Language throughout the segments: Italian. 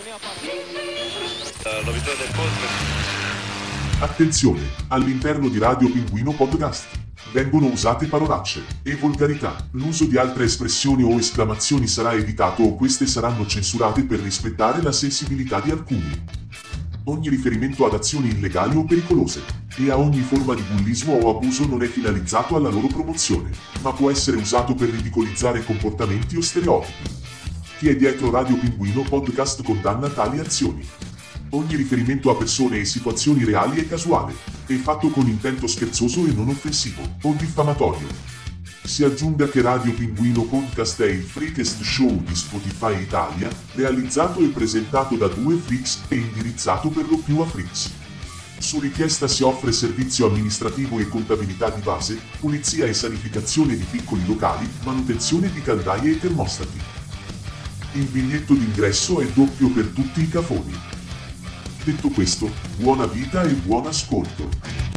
Novità del podcast. Attenzione, all'interno di Radio Pinguino Podcast vengono usate parolacce e volgarità. L'uso di altre espressioni o esclamazioni sarà evitato o queste saranno censurate per rispettare la sensibilità di alcuni. Ogni riferimento ad azioni illegali o pericolose e a ogni forma di bullismo o abuso non è finalizzato alla loro promozione, ma può essere usato per ridicolizzare comportamenti o stereotipi. Chi è dietro Radio Pinguino Podcast condanna tali azioni. Ogni riferimento a persone e situazioni reali è casuale, e fatto con intento scherzoso e non offensivo, o diffamatorio. Si aggiunga che Radio Pinguino Podcast è il freakest show di Spotify Italia, realizzato e presentato da due freaks e indirizzato per lo più a freaks. Su richiesta si offre servizio amministrativo e contabilità di base, pulizia e sanificazione di piccoli locali, manutenzione di caldaie e termostati. Il biglietto d'ingresso è doppio per tutti i cafoni. Detto questo, buona vita e buon ascolto.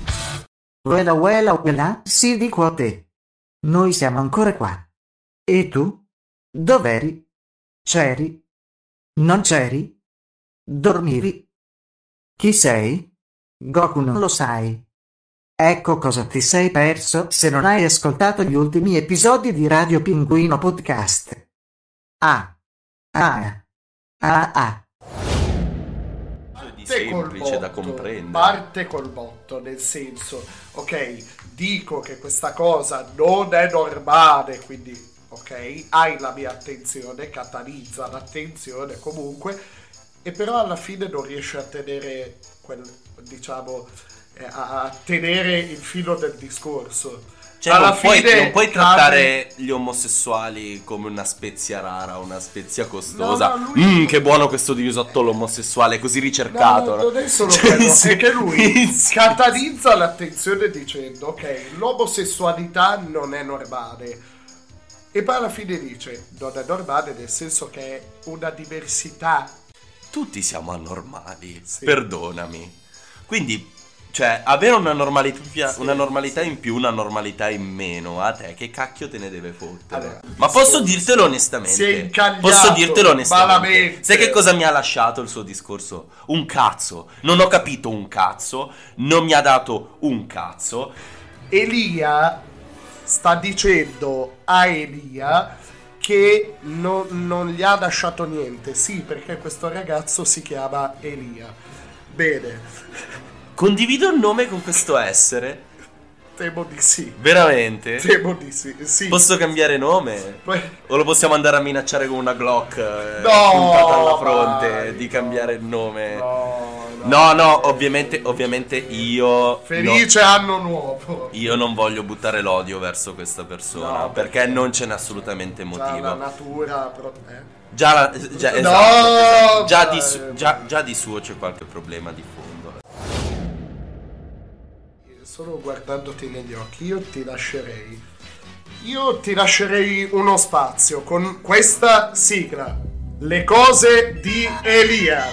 Uela, sì, dico a te. Noi siamo ancora qua. E tu? Dov'eri? C'eri? Non c'eri? Dormivi? Chi sei? Goku non lo sai. Ecco cosa ti sei perso se non hai ascoltato gli ultimi episodi di Radio Pinguino Podcast. Ah. Semplice da comprendere. Parte col botto, nel senso, ok, dico che questa cosa non è normale, quindi ok, hai la mia attenzione, catalizza l'attenzione comunque, e però alla fine non riesci a tenere a tenere il filo del discorso. Cioè, non puoi trattare gli omosessuali come una spezia rara, una spezia costosa. No, che buono questo risotto omosessuale, così ricercato. No, non è solo quello, è che lui catalizza l'attenzione dicendo ok, l'omosessualità non è normale. E poi alla fine dice non è normale nel senso che è una diversità. Tutti siamo anormali, sì. Perdonami. Quindi, cioè, avere una normalità in più, una normalità in meno, a te che cacchio te ne deve fottere? Allora, ma posso dirtelo onestamente? Si è incagliato, posso dirtelo onestamente. malamente. Sai che cosa mi ha lasciato il suo discorso? Un cazzo. Non ho capito un cazzo, non mi ha dato un cazzo. Elia sta dicendo a Elia che non gli ha lasciato niente. Sì, perché questo ragazzo si chiama Elia. Bene. Condivido il nome con questo essere? Temo di sì. Veramente? Temo di sì. Posso cambiare nome? O lo possiamo andare a minacciare con una Glock puntata alla fronte di cambiare il nome? No, ovviamente io... Felice anno nuovo! Io non voglio buttare l'odio verso questa persona, perché non ce n'è assolutamente motivo. La natura... Già di suo c'è qualche problema di fondo. Solo guardandoti negli occhi io ti lascerei uno spazio con questa sigla, le cose di Elia.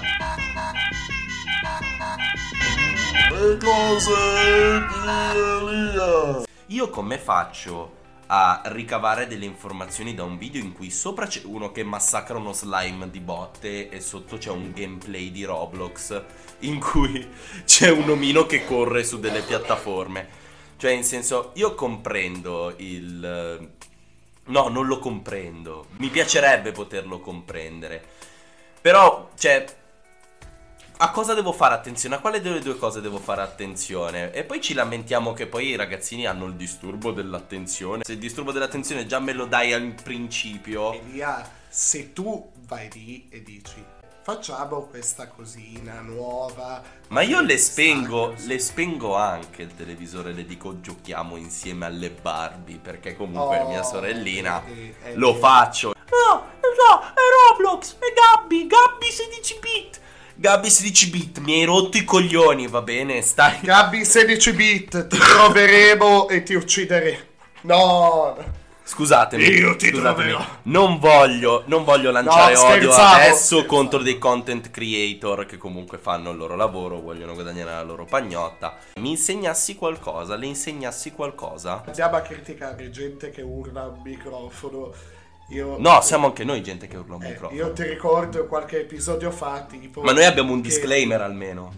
Le cose di Elia. Io come faccio a ricavare delle informazioni da un video in cui sopra c'è uno che massacra uno slime di botte e sotto c'è un gameplay di Roblox in cui c'è un omino che corre su delle piattaforme? Cioè, in senso, io comprendo il... No, non lo comprendo. Mi piacerebbe poterlo comprendere. Però, cioè... A cosa devo fare attenzione? A quale delle due cose devo fare attenzione? E poi ci lamentiamo che poi i ragazzini hanno il disturbo dell'attenzione. Se il disturbo dell'attenzione già me lo dai al principio... Elia, se tu vai lì e dici facciamo questa cosina nuova... Ma io le spengo anche il televisore, le dico giochiamo insieme alle Barbie, perché comunque mia sorellina lo faccio. No, è Roblox, è Gabby 16 bit. Gabby 16 bit, mi hai rotto i coglioni, va bene? Stai. Gabby 16 bit, ti troveremo e ti uccideremo. No. Scusatemi. Io ti troverò. Non voglio lanciare odio adesso scherzavo. contro dei content creator che comunque fanno il loro lavoro, vogliono guadagnare la loro pagnotta. Mi insegnassi qualcosa, le insegnassi qualcosa? Andiamo a criticare gente che urla al microfono No, siamo anche noi gente che urla un microfono. Io ti ricordo qualche episodio fa, tipo... Ma noi abbiamo un disclaimer almeno.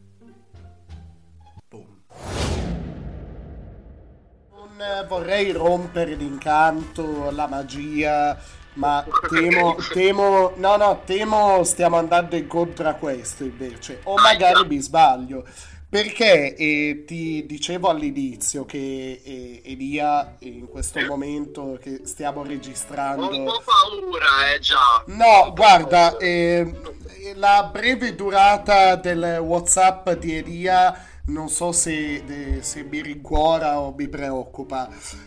Boom. Non vorrei rompere l'incanto, la magia, ma temo stiamo andando incontro a questo invece. O magari mi sbaglio. Perché ti dicevo all'inizio che Elia, in questo momento che stiamo registrando... Ho un po' paura, già. No, guarda, la breve durata del WhatsApp di Elia non so se mi rincuora o mi preoccupa.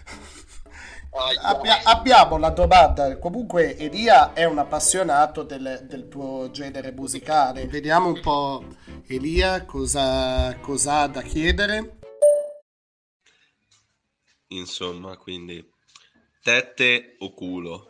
Abbiamo la domanda. Comunque Elia è un appassionato del tuo genere musicale. Vediamo un po', Elia, cosa ha da chiedere. Insomma, quindi tette o culo?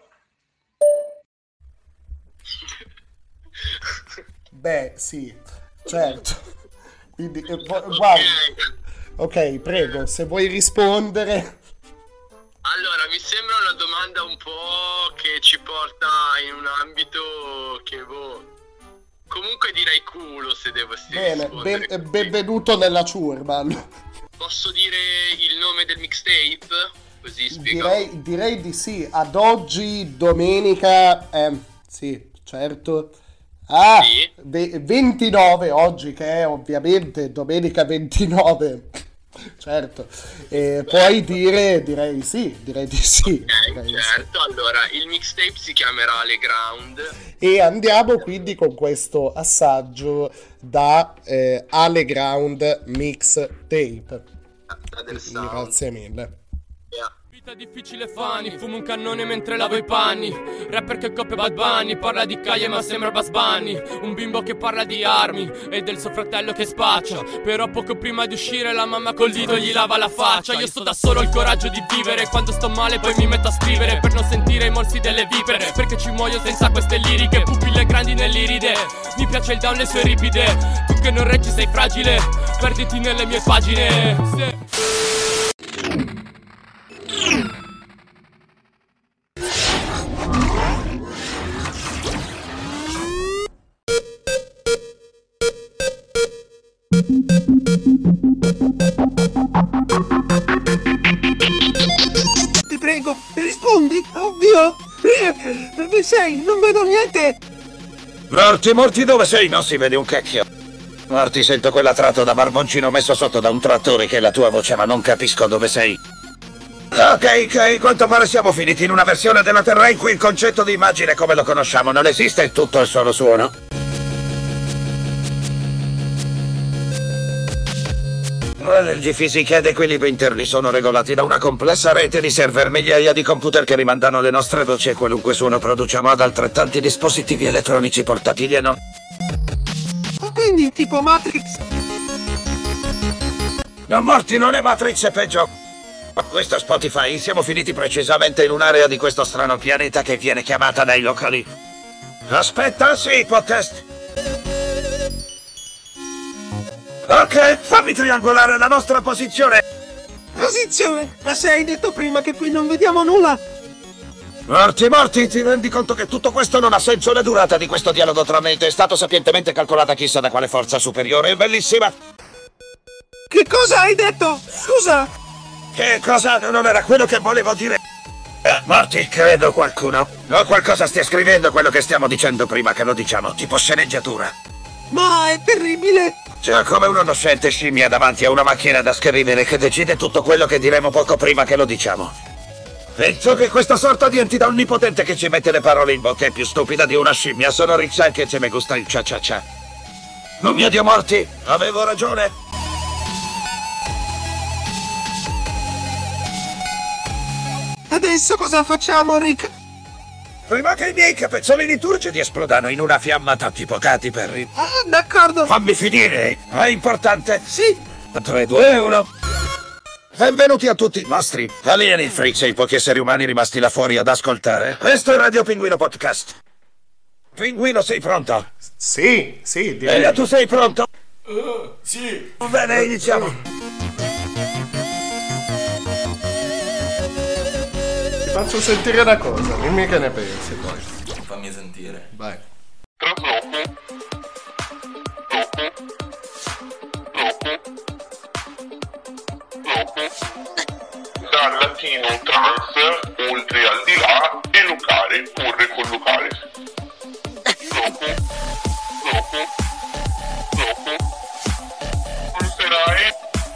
Beh, sì, certo. Quindi, guarda. Ok, prego, se vuoi rispondere. Allora, mi sembra una domanda un po' che ci porta in un ambito che comunque direi culo se devo rispondere. Benvenuto nella ciurma. Posso dire il nome del mixtape? Così spiego. Direi di sì. Ad oggi, domenica... sì, certo. Sì. 29 oggi, che è ovviamente domenica 29. Certo, puoi direi di sì. Ok, certo, sì. Allora il mixtape si chiamerà Le Ground e andiamo quindi con questo assaggio da Ale Ground Mixtape. Grazie mille. Vita difficile Fanny, fumo un cannone mentre lavo i panni. Rapper che copia Bad Bunny, parla di Calle ma sembra Buzz Bunny. Un bimbo che parla di armi e del suo fratello che spaccia. Però poco prima di uscire la mamma col dito gli lava la faccia. Io sto da solo, ho il coraggio di vivere. Quando sto male poi mi metto a scrivere per non sentire i morsi delle vipere. Perché ci muoio senza queste liriche, pupille grandi nell'iride. Mi piace il down, le sue ripide. Tu che non reggi sei fragile, perditi nelle mie pagine. Ti prego, rispondi, oddio! Dove sei? Non vedo niente! Morti, dove sei? Non si vede un cacchio. Morti, sento quell'attratto da barboncino messo sotto da un trattore che è la tua voce, ma non capisco dove sei. Ok, quanto pare siamo finiti in una versione della Terra in cui il concetto di immagine come lo conosciamo non esiste, è tutto il solo suono. L'energy fisica ed equilibrio interni sono regolati da una complessa rete di server, migliaia di computer che rimandano le nostre voci e qualunque suono produciamo ad altrettanti dispositivi elettronici portatili e non... Quindi tipo Matrix? No, Morti, non è Matrix, è peggio. Questo è Spotify, siamo finiti precisamente in un'area di questo strano pianeta che viene chiamata dai locali. Aspetta, sì, podcast. Ok, fammi triangolare la nostra posizione. Posizione? Ma se hai detto prima che qui non vediamo nulla? Morti, ti rendi conto che tutto questo non ha senso? La durata di questo dialogo tra mente è stato sapientemente calcolata chissà da quale forza superiore, è bellissima. Che cosa hai detto? Scusa? Che cosa? Non era quello che volevo dire. Morti, credo qualcuno o qualcosa stia scrivendo quello che stiamo dicendo prima che lo diciamo, tipo sceneggiatura. Ma è terribile! C'è come un onnosciente scimmia davanti a una macchina da scrivere che decide tutto quello che diremo poco prima che lo diciamo. Penso che questa sorta di entità onnipotente che ci mette le parole in bocca è più stupida di una scimmia. Sono riccia anche se mi gusta il cia. Oh mio Dio, Morti, avevo ragione. Adesso cosa facciamo, Rick? Prima che i miei capezzolini turgidi esplodano in una fiammata tipo Katy Perry. Ah, d'accordo. Fammi finire, è importante. Sì. 3, 2, 1. Benvenuti a tutti i nostri alieni freaks e i pochi esseri umani rimasti là fuori ad ascoltare. Questo è Radio Pinguino Podcast. Pinguino, sei pronto? Sì, direi. E tu sei pronto? Sì. Bene, iniziamo. faccio sentire una cosa, dimmi che ne pensi poi. Fammi sentire. Vai. Dal latino trans, oltre al di là, e locare, corre con locale. Pulserai.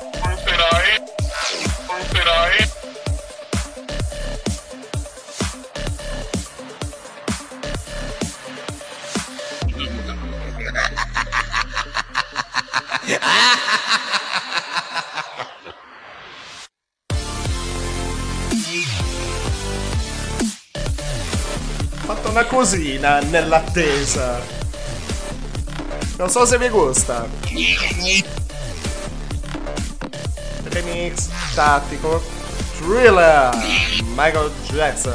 Fatto una cosina nell'attesa. Non so se vi gusta. Remix tattico. Thriller. Michael Jackson.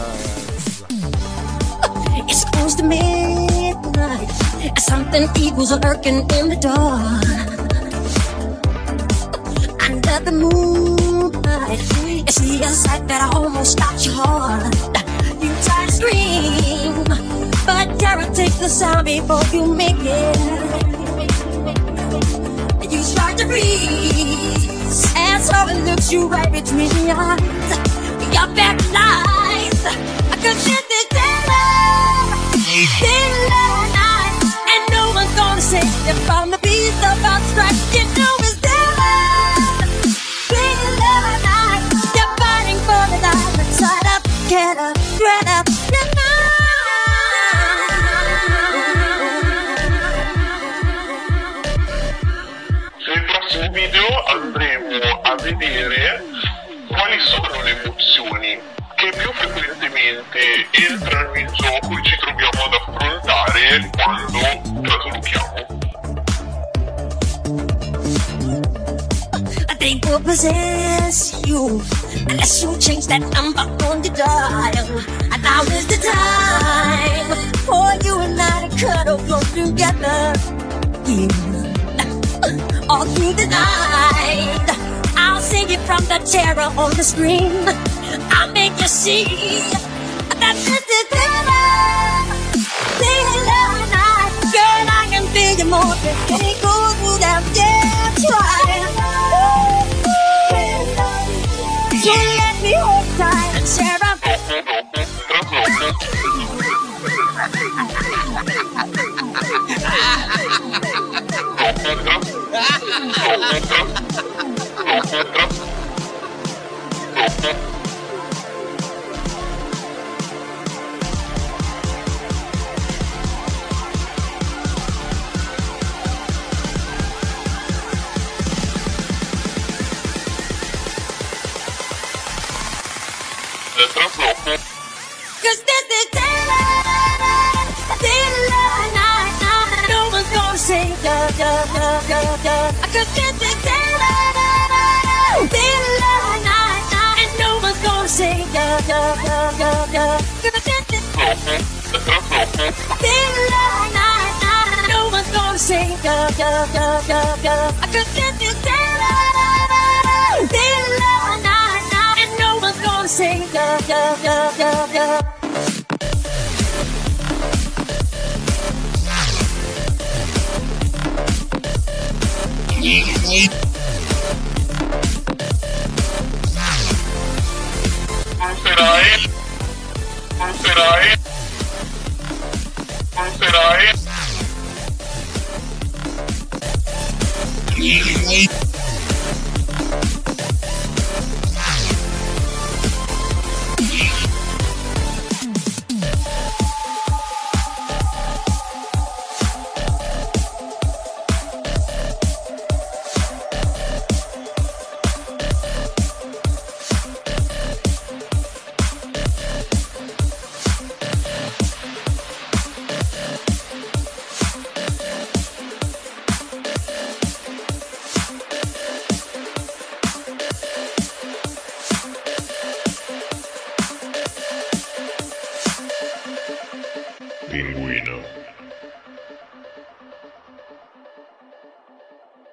It's close to midnight. Something evil's lurking in the dark. Under the moonlight, you see a sight that almost stops your heart. You try to scream, but terror takes the sound before you make it. You start to freeze, and so it looks you right between the eyes. You're paralyzed, cause it's the daylight night, and no one's gonna save you from the beast of our strife. You know it's daylight night, you're fighting for the life inside up, get up, get up, get up. Nel prossimo video andremo a vedere quali sono le emozioni che più frequentemente entrano in gioco e ci troviamo ad affrontare quando traslochiamo. They will possess you unless you change that number on the dial. And now is the time for you and I to cuddle close together. Yeah. All through the night, I'll sing it from the terror on the screen. I'll make you see that this is daylight night. Girl, I can feel you more than any goes without trying. So let me hold tight and share up. Cause this is daylight night. No one's gonna say Cause this is daylight night. And no one's gonna say Cause this is daylight night. No one's gonna say Cause this is daylight night. And no one's gonna say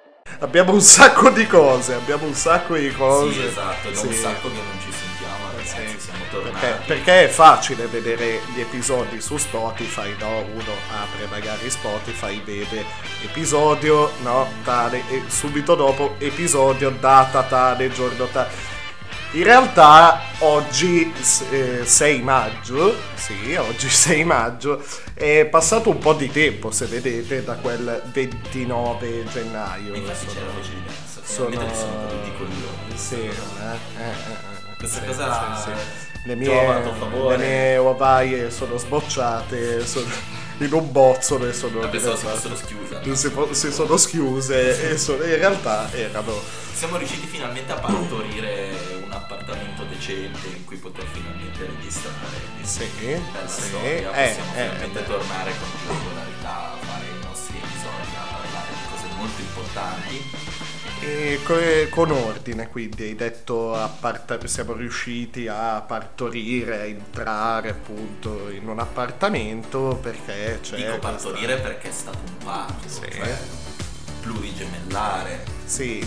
Abbiamo un sacco di cose, Sì, esatto, da un sacco che non ci sentiamo. ragazzi, siamo tornati. Perché è facile vedere gli episodi su Spotify, no? Uno apre magari Spotify, vede episodio, no, tale, e subito dopo episodio, data tale, giorno tale. In realtà oggi 6 maggio, sì, oggi 6 maggio, è passato un po' di tempo, se vedete, da quel 29 gennaio. Infatti c'era voce diversa, finalmente sono venuti coglioni. Sì, questa cosa sì. Le mie ovaie sono sbocciate, in un bozzolo e sono si sono schiuse e in realtà erano... Siamo riusciti finalmente a partorire un appartamento decente in cui poter finalmente registrare. Storia. Possiamo finalmente tornare con più regolarità a fare i nostri episodi, a parlare di cose molto importanti. E con ordine, quindi hai detto siamo riusciti a partorire, a entrare appunto in un appartamento perché c'è... Dico partorire perché è stato un parto, cioè plurigemellare. Sì,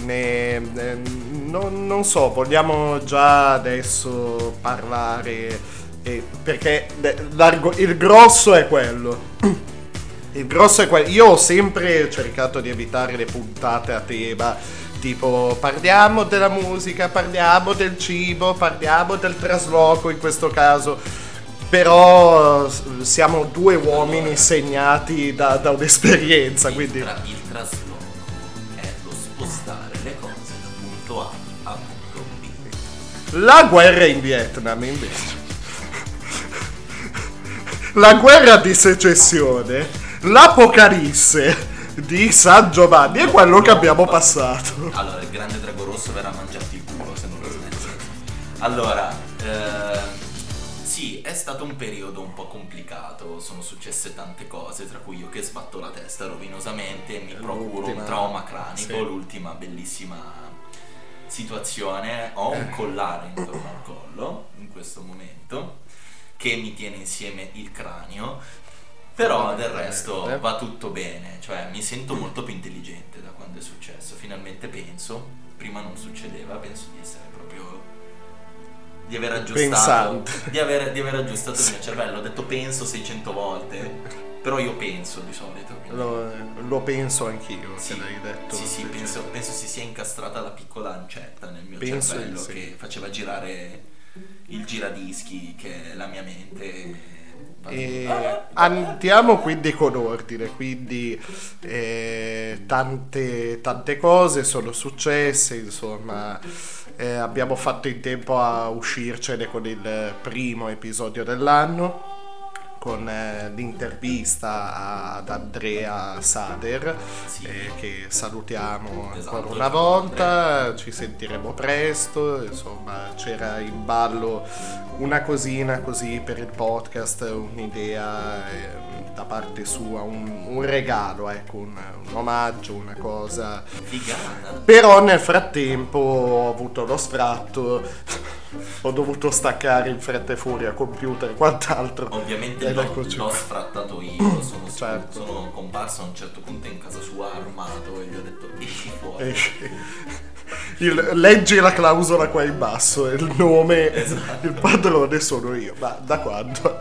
non so, vogliamo già adesso parlare, perché il grosso è quello. Il grosso è quello. Io ho sempre cercato di evitare le puntate a tema, tipo parliamo della musica, parliamo del cibo, parliamo del trasloco in questo caso. Però siamo due uomini segnati da un'esperienza, quindi... Il trasloco è lo spostare le cose da punto A a punto B. La guerra in Vietnam, invece. La guerra di secessione, l'apocalisse di San Giovanni è quello che abbiamo passato. Allora, il grande drago rosso verrà mangiato il culo se non lo smetti. Allora, sì, è stato un periodo un po' complicato, sono successe tante cose, tra cui io che sbatto la testa rovinosamente, mi procuro un trauma cranico, l'ultima bellissima situazione, ho un collare intorno al collo in questo momento che mi tiene insieme il cranio, però del resto va tutto bene, cioè mi sento molto più intelligente da quando è successo, finalmente penso, prima non succedeva, penso di essere proprio... di aver aggiustato di aver aggiustato il mio cervello. Ho detto penso 600 volte, però io penso di solito, lo penso anch'io, sì, che l'hai detto. Sì, penso si sia incastrata la piccola ancetta nel mio cervello che faceva girare il giradischi che è la mia mente. Andiamo quindi con ordine, quindi tante cose sono successe, insomma. Abbiamo fatto in tempo a uscircene con il primo episodio dell'anno, con l'intervista ad Andrea Sader, che salutiamo ancora una volta, ci sentiremo presto, insomma c'era in ballo una cosina così per il podcast, un'idea da parte sua, un regalo, ecco, un omaggio, una cosa figata. Però nel frattempo ho avuto lo sfratto, ho dovuto staccare in fretta e furia computer e quant'altro. Ovviamente l'ho sfrattato io, sono comparso a un certo punto in casa sua armato e gli ho detto esci fuori. Leggi la clausola qua in basso, il nome, il padrone sono io. Ma da quando?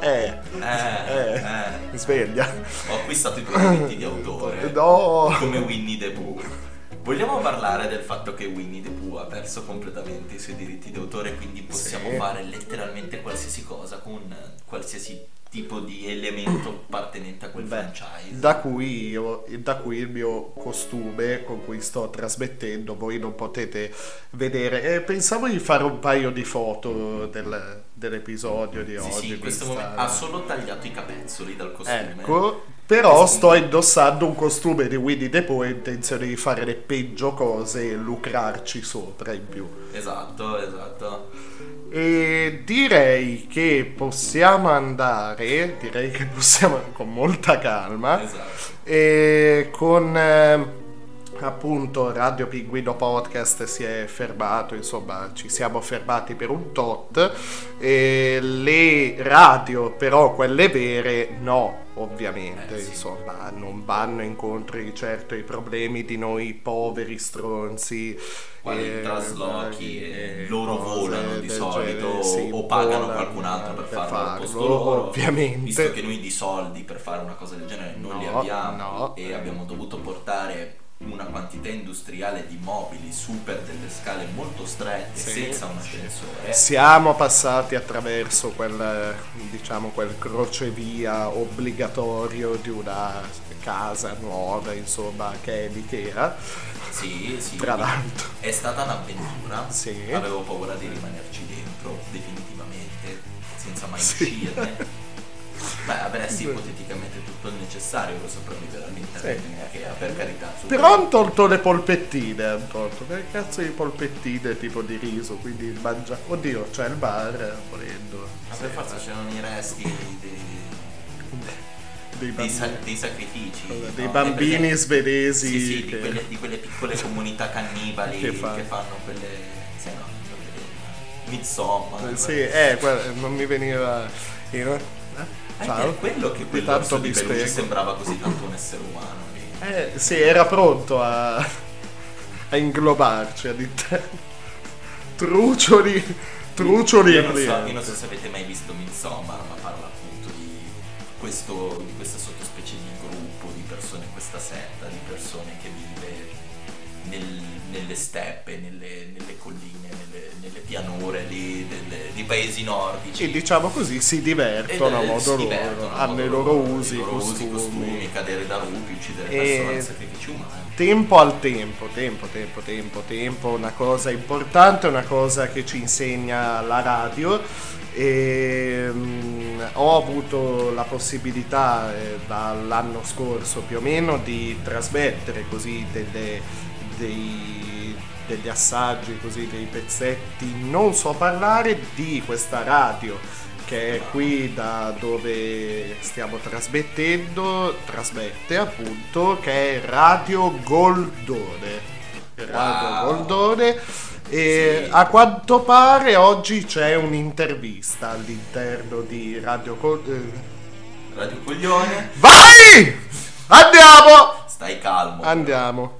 Sveglia. Ho acquistato i tuoi diritti di autore. No. Come Winnie the Pooh. Vogliamo parlare del fatto che Winnie the Pooh ha perso completamente i suoi diritti d'autore, quindi possiamo fare letteralmente qualsiasi cosa con qualsiasi tipo di elemento appartenente a quel franchise. Da cui il mio costume con cui sto trasmettendo voi non potete vedere. Pensavo di fare un paio di foto dell'episodio di oggi. Sì, in questo momento ha solo tagliato i capezzoli dal costume. Ecco. Però sto indossando un costume di Winnie the Pooh e ho intenzione di fare le peggio cose e lucrarci sopra in più. Esatto. E direi che possiamo andare, con molta calma, esatto. e con appunto Radio Pinguino Podcast si è fermato, insomma ci siamo fermati per un tot, e le radio però quelle vere no, ovviamente, insomma non vanno incontro di certo ai problemi di noi poveri stronzi, traslochi, e loro volano di solito, o pagano qualcun altro per farlo al posto loro, ovviamente, visto che noi di soldi per fare una cosa del genere non li abbiamo, e abbiamo dovuto portare una quantità industriale di mobili su per delle scale molto strette, senza un ascensore. Siamo passati attraverso quel crocevia obbligatorio di una casa nuova, insomma, che è l'Ikea. Sì, tra l'altro è stata un'avventura. Avevo paura di rimanerci dentro definitivamente, senza mai uscirne. Beh, avresti ipoteticamente tutto il necessario per sopravvivere all'interno di Ikea, per carità. Però hanno tolto le polpettine, che cazzo di polpettine tipo di riso, quindi mangia. Oddio, c'è il bar, volendo. Ma per forza c'erano i resti dei sacrifici, dei bambini svedesi, di quelle piccole comunità cannibali che fanno quelle, Midsommar. Non mi veniva. Ciao. È quello che quell'orso di peluche sembrava così tanto un essere umano. Era pronto a inglobarci all'interno. Trucioli. Io non so se avete mai visto Midsommar, ma parla appunto di questa sottospecie di gruppo di persone, questa setta di persone che vive nelle steppe, nelle colline, nelle pianure lì di paesi nordici. E diciamo così si divertono a modo loro, hanno i loro usi, costumi, cadere da lupi, uccidere persone, sacrifici umani. Tempo al tempo, una cosa importante, una cosa che ci insegna la radio. E ho avuto la possibilità dall'anno scorso più o meno di trasmettere così degli assaggi, così dei pezzetti. Non so parlare di questa radio che è qui da dove stiamo trasmette appunto, che è Radio Goldone. E a quanto pare oggi c'è un'intervista all'interno di Radio Coglione. Vai! Andiamo! Stai calmo. Andiamo.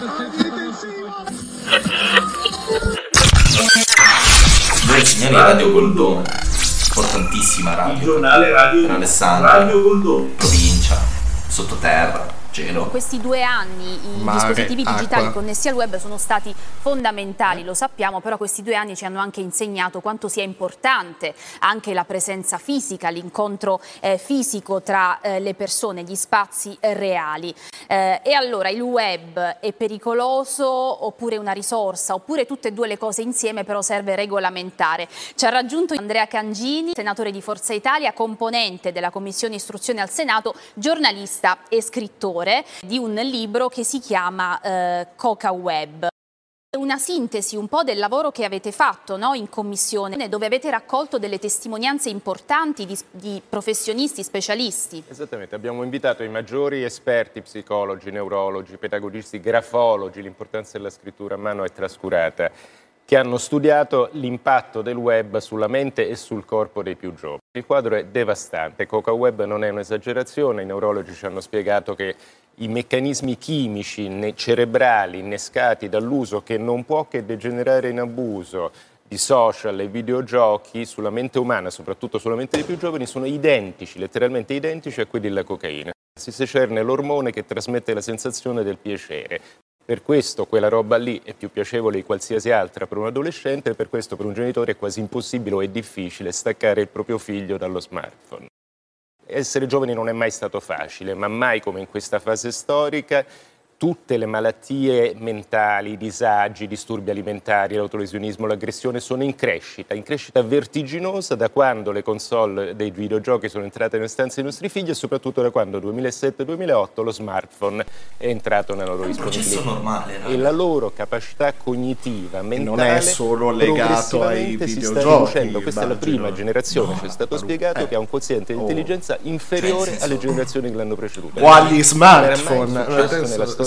Signori, Radio Goldone, importantissima radio. Il giornale radio per Alessandro. Radio Goldone. Provincia, sottoterra, cielo. In questi 2 anni i dispositivi digitali connessi al web sono stati fondamentali, lo sappiamo, però questi 2 anni ci hanno anche insegnato quanto sia importante anche la presenza fisica, l'incontro fisico tra le persone, gli spazi reali. E allora il web è pericoloso oppure una risorsa, oppure tutte e due le cose insieme, però serve regolamentare. Ci ha raggiunto Andrea Cangini, senatore di Forza Italia, componente della Commissione Istruzione al Senato, giornalista e scrittore di un libro che si chiama Coca Web. Una sintesi un po' del lavoro che avete fatto, no, in commissione, dove avete raccolto delle testimonianze importanti di professionisti, specialisti. Esattamente, abbiamo invitato i maggiori esperti, psicologi, neurologi, pedagogisti, grafologi, l'importanza della scrittura a mano è trascurata, che hanno studiato l'impatto del web sulla mente e sul corpo dei più giovani. Il quadro è devastante, Coca Web non è un'esagerazione, i neurologi ci hanno spiegato che i meccanismi chimici cerebrali innescati dall'uso, che non può che degenerare in abuso, di social e videogiochi sulla mente umana, soprattutto sulla mente dei più giovani, sono identici, letteralmente identici a quelli della cocaina. Si secerne l'ormone che trasmette la sensazione del piacere. Per questo quella roba lì è più piacevole di qualsiasi altra per un adolescente, e per questo per un genitore è quasi impossibile o è difficile staccare il proprio figlio dallo smartphone. Essere giovani non è mai stato facile, ma mai come in questa fase storica tutte le malattie mentali, i disagi, i disturbi alimentari, l'autolesionismo, l'aggressione sono in crescita vertiginosa da quando le console dei videogiochi sono entrate nelle stanze dei nostri figli, e soprattutto da quando nel 2007-2008 lo smartphone è entrato nella loro disponibilità. È un processo normale. E la loro capacità cognitiva, mentale, non è solo legato ai videogiochi. Questa è la prima generazione, ci è stato spiegato, che ha un quoziente di intelligenza inferiore alle generazioni che l'hanno preceduta. O agli smartphone.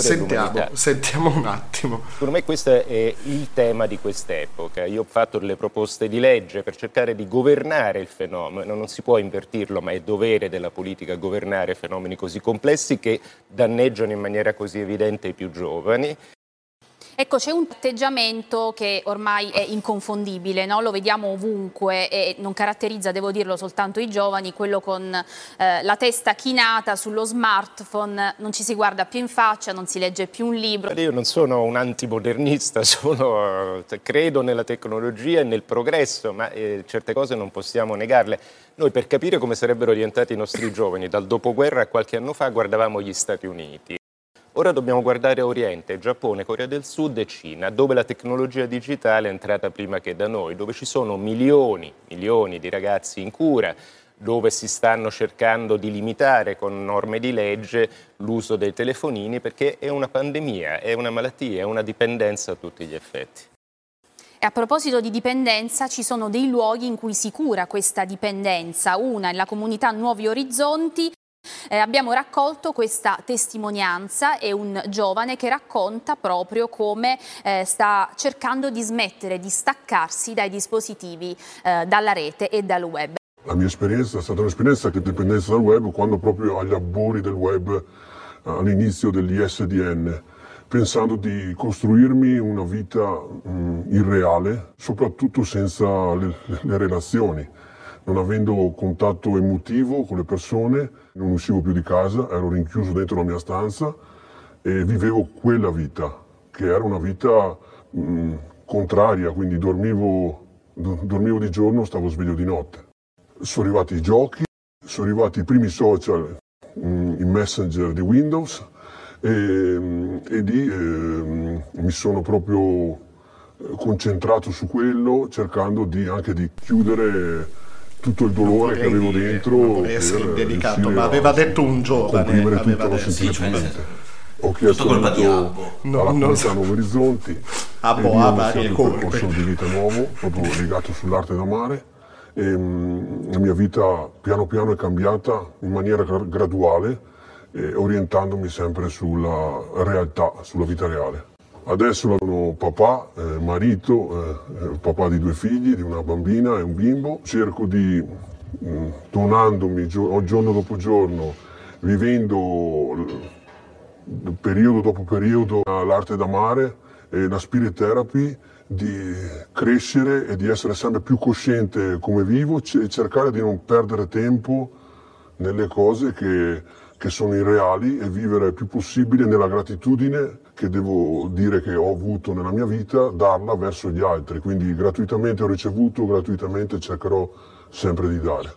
dell'umanità. Sentiamo un attimo. Secondo me questo è il tema di quest'epoca. Io ho fatto delle proposte di legge per cercare di governare il fenomeno, non si può invertirlo, ma è dovere della politica governare fenomeni così complessi che danneggiano in maniera così evidente i più giovani. Ecco, c'è un atteggiamento che ormai è inconfondibile, no? Lo vediamo ovunque e non caratterizza, devo dirlo, soltanto i giovani, quello con la testa chinata sullo smartphone, non ci si guarda più in faccia, non si legge più un libro. Io non sono un antimodernista, credo nella tecnologia e nel progresso, ma certe cose non possiamo negarle. Noi per capire come sarebbero diventati i nostri giovani dal dopoguerra a qualche anno fa guardavamo gli Stati Uniti. Ora dobbiamo guardare a Oriente, Giappone, Corea del Sud e Cina, dove la tecnologia digitale è entrata prima che da noi, dove ci sono milioni di ragazzi in cura, dove si stanno cercando di limitare con norme di legge l'uso dei telefonini perché è una pandemia, è una malattia, è una dipendenza a tutti gli effetti. E a proposito di dipendenza, ci sono dei luoghi in cui si cura questa dipendenza. Una è la comunità Nuovi Orizzonti. Abbiamo raccolto questa testimonianza, è un giovane che racconta proprio come sta cercando di smettere, di staccarsi dai dispositivi, dalla rete e dal web. La mia esperienza è stata un'esperienza che dipendenza dal web quando proprio agli albori del web, all'inizio degli ISDN, pensando di costruirmi una vita irreale, soprattutto senza le relazioni. Non avendo contatto emotivo con le persone, non uscivo più di casa, ero rinchiuso dentro la mia stanza e vivevo quella vita, che era una vita contraria, quindi dormivo di giorno, stavo sveglio di notte. Sono arrivati i giochi, sono arrivati i primi social, i messenger di Windows e lì mi sono proprio concentrato su quello, cercando anche di chiudere tutto il dolore che avevo dentro. Non vorrei essere indelicato, ma aveva detto un giovane. Comprimere tutto lo Ho chiesto aiuto alla comunità Nuovi Orizzonti. Abbo ha varie un percorso di vita nuovo, proprio legato sull'arte d'amare. E la mia vita piano piano è cambiata in maniera graduale, orientandomi sempre sulla realtà, sulla vita reale. Adesso sono papà, marito, papà di 2 figli, di una bambina e un bimbo. Cerco di, donandomi giorno dopo giorno, vivendo periodo dopo periodo l'arte d'amare e la spirit therapy, di crescere e di essere sempre più cosciente come vivo e cercare di non perdere tempo nelle cose che sono irreali e vivere il più possibile nella gratitudine che devo dire che ho avuto nella mia vita, darla verso gli altri. Quindi gratuitamente ho ricevuto, gratuitamente cercherò sempre di dare.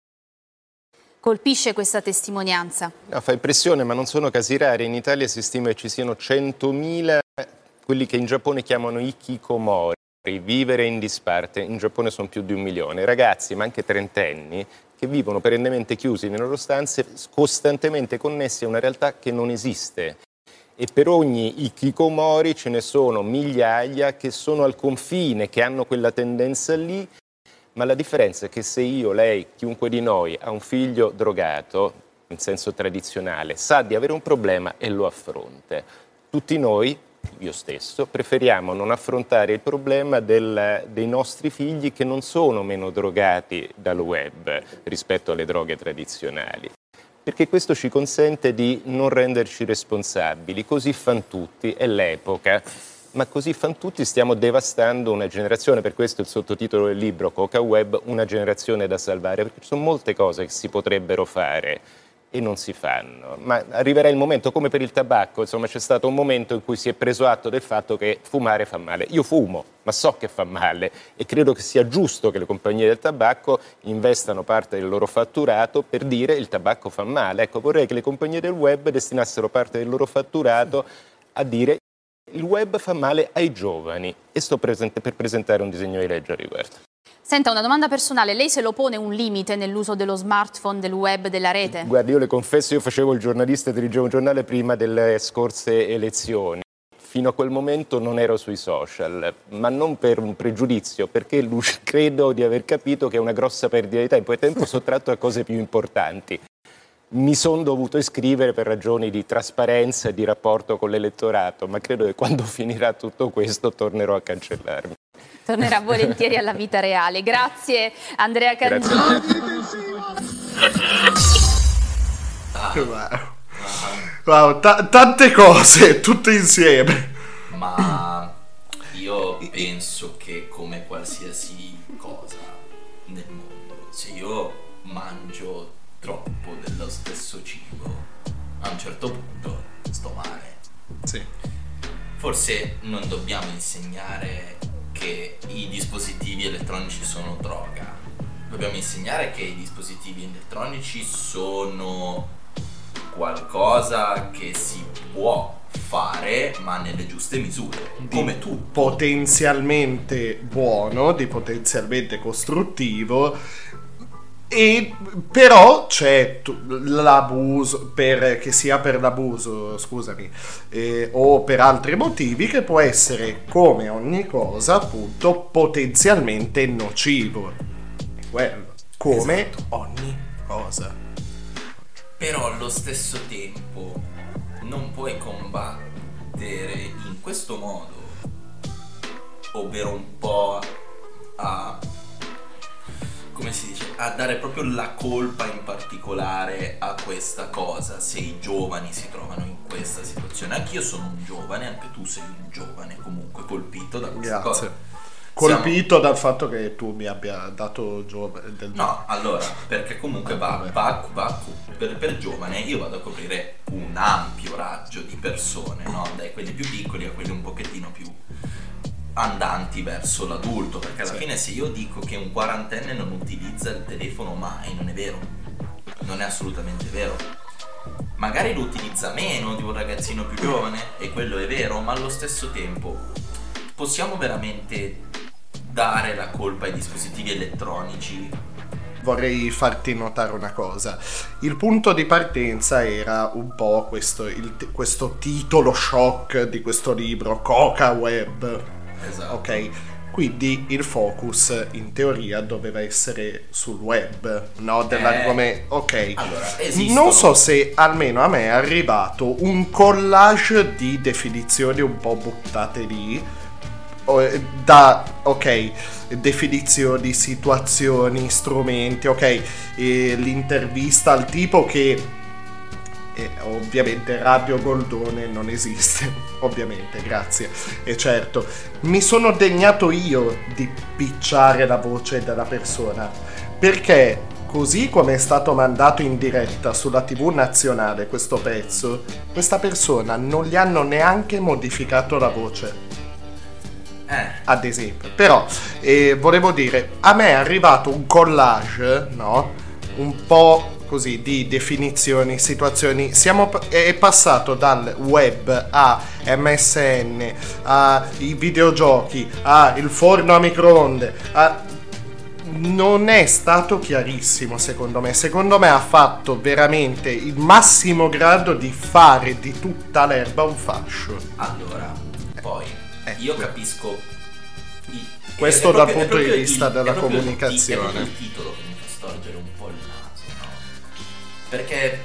Colpisce questa testimonianza? No, fa impressione, ma non sono casi rari. In Italia si stima che ci siano 100.000, quelli che in Giappone chiamano hikikomori, vivere in disparte. In Giappone sono più di 1 milione. Ragazzi, ma anche trentenni, che vivono perennemente chiusi nelle loro stanze, costantemente connessi a una realtà che non esiste. E per ogni hikikomori ce ne sono migliaia che sono al confine, che hanno quella tendenza lì, ma la differenza è che se io, lei, chiunque di noi ha un figlio drogato, in senso tradizionale, sa di avere un problema e lo affronta. Tutti noi, io stesso, preferiamo non affrontare il problema dei nostri figli che non sono meno drogati dal web rispetto alle droghe tradizionali. Perché questo ci consente di non renderci responsabili, così fan tutti, è l'epoca, ma così fan tutti stiamo devastando una generazione, per questo il sottotitolo del libro, Coca Web, una generazione da salvare, perché ci sono molte cose che si potrebbero fare e non si fanno, ma arriverà il momento, come per il tabacco, insomma c'è stato un momento in cui si è preso atto del fatto che fumare fa male. Io fumo, ma so che fa male e credo che sia giusto che le compagnie del tabacco investano parte del loro fatturato per dire il tabacco fa male. Ecco, vorrei che le compagnie del web destinassero parte del loro fatturato a dire il web fa male ai giovani e sto per presentare un disegno di legge a riguardo. Senta, una domanda personale, lei se lo pone un limite nell'uso dello smartphone, del web, della rete? Guardi, io le confesso, io facevo il giornalista e dirigevo un giornale prima delle scorse elezioni. Fino a quel momento non ero sui social, ma non per un pregiudizio, perché credo di aver capito che è una grossa perdita di tempo, e tempo sottratto a cose più importanti. mi sono dovuto iscrivere per ragioni di trasparenza e di rapporto con l'elettorato, ma credo che quando finirà tutto questo tornerò a cancellarmi. Tornerà volentieri alla vita reale. Grazie Andrea Cangini. Wow, tante cose tutte insieme. Ma io penso che come qualsiasi cosa nel mondo, se io mangio troppo dello stesso cibo, a un certo punto sto male. Sì. Forse non dobbiamo insegnare che i dispositivi elettronici sono droga. Dobbiamo insegnare che i dispositivi elettronici sono qualcosa che si può fare, ma nelle giuste misure, come tu. Potenzialmente buono, di potenzialmente costruttivo, e però c'è l'abuso, che sia per l'abuso, scusami, o per altri motivi, che può essere, come ogni cosa, appunto, potenzialmente nocivo. Quello, come ogni cosa. Però allo stesso tempo non puoi combattere in questo modo, ovvero un po' a, come si dice, a dare proprio la colpa in particolare a questa cosa, se i giovani si trovano in questa situazione. Anch'io sono un giovane, anche tu sei un giovane comunque colpito da questa cosa. Colpito dal fatto che tu mi abbia dato del... No, allora, perché comunque per giovane io vado a coprire un ampio raggio di persone, no? Dai quelli più piccoli a quelli un pochettino più andanti verso l'adulto, perché alla fine se io dico che un quarantenne non utilizza il telefono mai, non è vero, non è assolutamente vero. Magari lo utilizza meno di un ragazzino più giovane, e quello è vero, ma allo stesso tempo possiamo veramente dare la colpa ai dispositivi elettronici? Vorrei farti notare una cosa. Il punto di partenza era un po' questo titolo shock di questo libro, Coca Web. Esatto. Ok, quindi il focus in teoria doveva essere sul web, no? Dell'argomento. Ok. Allora, non so se almeno a me è arrivato un collage di definizioni un po' buttate lì. Definizioni, situazioni, strumenti, l'intervista al tipo che ovviamente Radio Goldone non esiste, ovviamente, grazie, e certo mi sono degnato io di picciare la voce della persona, perché così come è stato mandato in diretta sulla TV nazionale questo pezzo, questa persona non gli hanno neanche modificato la voce. Ad esempio, però volevo dire, a me è arrivato un collage, no? Un po' così di definizioni, situazioni. È passato dal web a MSN, ai videogiochi, il forno a microonde, non è stato chiarissimo secondo me. Secondo me ha fatto veramente il massimo grado di fare di tutta l'erba un fascio. Allora, poi io capisco questo dal punto di vista della comunicazione. È il titolo che mi fa storgere un po' il naso, no? Perché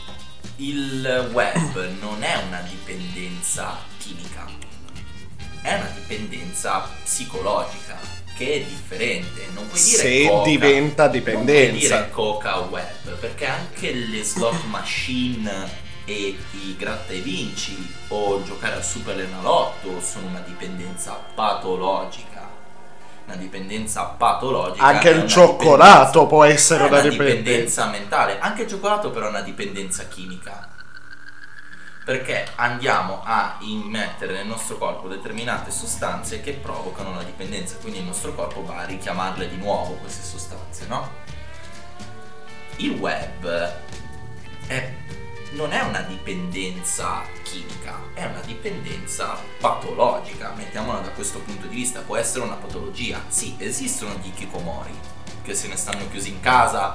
il web non è una dipendenza chimica, è una dipendenza psicologica, che è differente. Non puoi dire se Coca, diventa dipendenza, non puoi dire Coca web, perché anche le slot machine e i gratta e vinci o giocare al Superenalotto sono una dipendenza patologica. Una dipendenza patologica. Anche il cioccolato può essere una dipendenza mentale. Anche il cioccolato però è una dipendenza chimica, perché andiamo a immettere nel nostro corpo determinate sostanze che provocano la dipendenza, quindi il nostro corpo va a richiamarle di nuovo queste sostanze, no? Il web non è una dipendenza chimica, è una dipendenza patologica, mettiamola da questo punto di vista. Può essere una patologia. Sì, esistono gli hikikomori che se ne stanno chiusi in casa,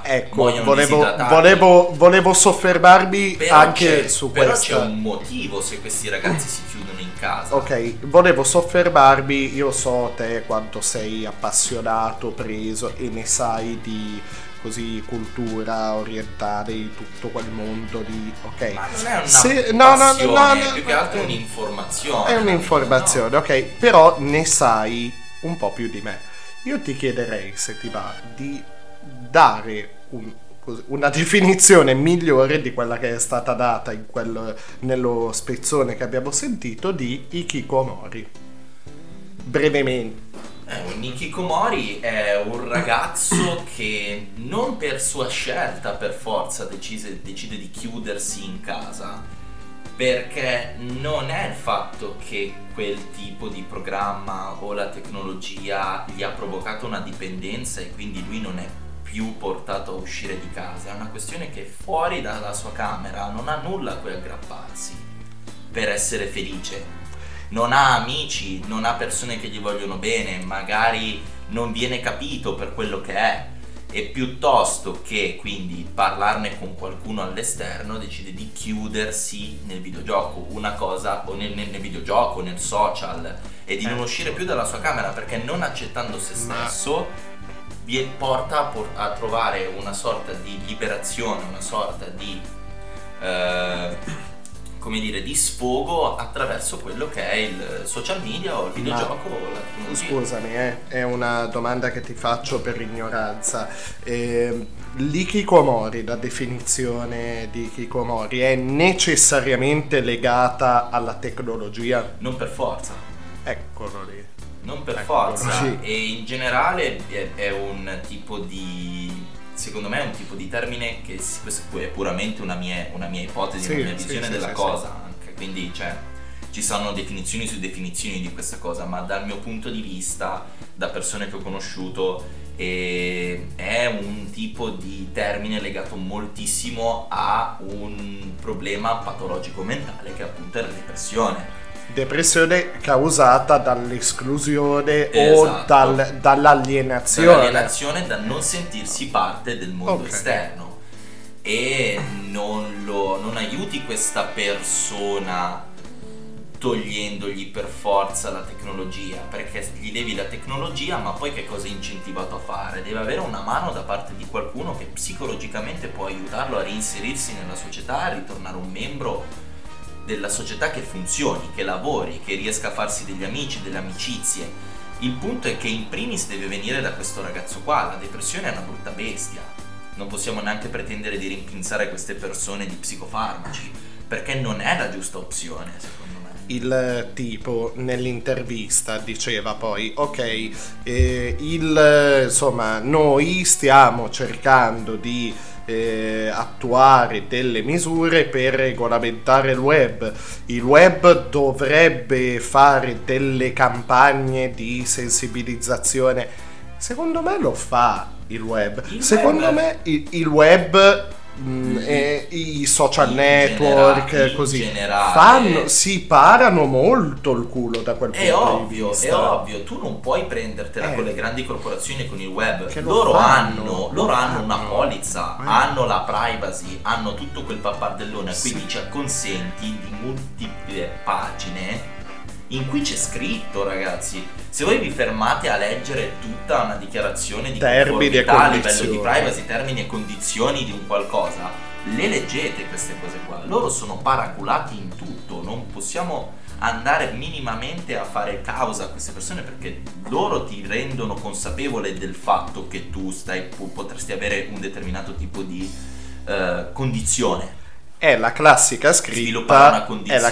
volevo soffermarmi però anche su questo. Però c'è un motivo se questi ragazzi si chiudono in casa. Ok, volevo soffermarmi. Io so te quanto sei appassionato, preso, e ne sai di così cultura orientale, di tutto quel mondo di ok. Ma non è una passione, più che altro è un'informazione. È un'informazione, no? Ok, però ne sai un po' più di me. Io ti chiederei, se ti va, di dare una definizione migliore di quella che è stata data nello spezzone che abbiamo sentito di hikikomori. Brevemente. Un hikikomori è un ragazzo che non per sua scelta per forza decide di chiudersi in casa, perché non è il fatto che quel tipo di programma o la tecnologia gli ha provocato una dipendenza e quindi lui non è più portato a uscire di casa, è una questione che fuori dalla sua camera non ha nulla a cui aggrapparsi per essere felice. Non ha amici, non ha persone che gli vogliono bene, magari non viene capito per quello che è, e piuttosto che quindi parlarne con qualcuno all'esterno decide di chiudersi nel videogioco, una cosa, o nel videogioco, nel social, e di non uscire più dalla sua camera, perché non accettando se stesso vi porta a trovare una sorta di liberazione, una sorta di come dire, di sfogo attraverso quello che è il social media o il videogioco o la tecnologia. Scusami, è una domanda che ti faccio per ignoranza. L'ikikomori, la definizione di ikikomori, è necessariamente legata alla tecnologia? Non per forza. Eccolo lì. Non per forza. Sì. E in generale è un tipo di... Secondo me è un tipo di termine che questo è puramente una mia ipotesi, una mia visione della cosa. Anche. Quindi ci sono definizioni su definizioni di questa cosa, ma dal mio punto di vista, da persone che ho conosciuto, è un tipo di termine legato moltissimo a un problema patologico mentale, che appunto è la depressione. Depressione causata dall'esclusione, esatto, o dall'alienazione. Dall'alienazione, da non sentirsi parte del mondo esterno. E non aiuti questa persona togliendogli per forza la tecnologia, perché gli levi la tecnologia, ma poi che cosa è incentivato a fare? Deve avere una mano da parte di qualcuno che psicologicamente può aiutarlo a reinserirsi nella società, a ritornare un membro della società che funzioni, che lavori, che riesca a farsi degli amici, delle amicizie. Il punto è che in primis deve venire da questo ragazzo qua. La depressione è una brutta bestia, non possiamo neanche pretendere di rimpinzare queste persone di psicofarmaci, perché non è la giusta opzione, secondo me. Il tipo nell'intervista diceva poi insomma, noi stiamo cercando di attuare delle misure per regolamentare il web dovrebbe fare delle campagne di sensibilizzazione. Secondo me lo fa il web. Me il web e i social network così si parano molto il culo da quel punto di vista. È ovvio, tu non puoi prendertela con le grandi corporazioni, con il web. Loro hanno una polizza, hanno la privacy, hanno tutto quel pappardellone, quindi ci acconsenti di multiple pagine in cui c'è scritto, ragazzi, se voi vi fermate a leggere tutta una dichiarazione di conformità a livello di privacy, termini e condizioni di un qualcosa, le leggete queste cose qua. Loro sono paraculati in tutto, non possiamo andare minimamente a fare causa a queste persone, perché loro ti rendono consapevole del fatto che tu potresti avere un determinato tipo di condizione. È la classica scritta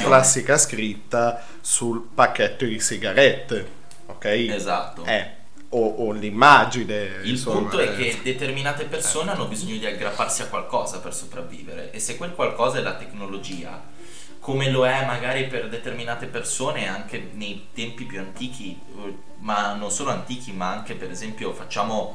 sul pacchetto di sigarette, ok? Esatto. O l'immagine. Il punto è che determinate persone hanno bisogno di aggrapparsi a qualcosa per sopravvivere, e se quel qualcosa è la tecnologia, come lo è magari per determinate persone anche nei tempi più antichi, ma non solo antichi, ma anche, per esempio, facciamo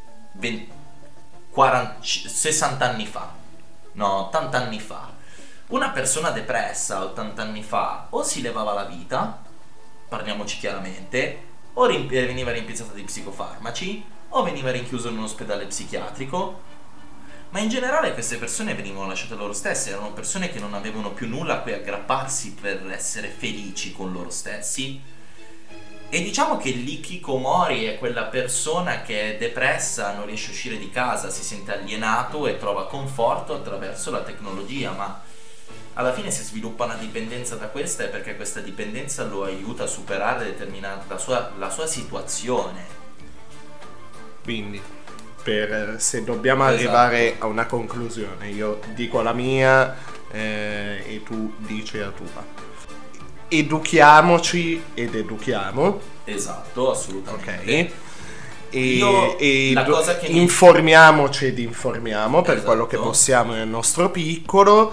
60 anni fa, no, 80 anni fa, una persona depressa 80 anni fa o si levava la vita, parliamoci chiaramente, o veniva rimpiazzata di psicofarmaci, o veniva rinchiuso in un ospedale psichiatrico. Ma in generale queste persone venivano lasciate loro stesse, erano persone che non avevano più nulla a cui aggrapparsi per essere felici con loro stessi, E diciamo che l'hikikomori è quella persona che è depressa, non riesce a uscire di casa, si sente alienato e trova conforto attraverso la tecnologia, ma alla fine si sviluppa una dipendenza da questa è perché questa dipendenza lo aiuta a superare determinata la sua situazione. Quindi, se dobbiamo arrivare a una conclusione, io dico la mia e tu dici la tua. Educhiamoci ed educhiamo. Esatto, assolutamente. Ok. Informiamoci ed informiamo per quello che possiamo nel nostro piccolo.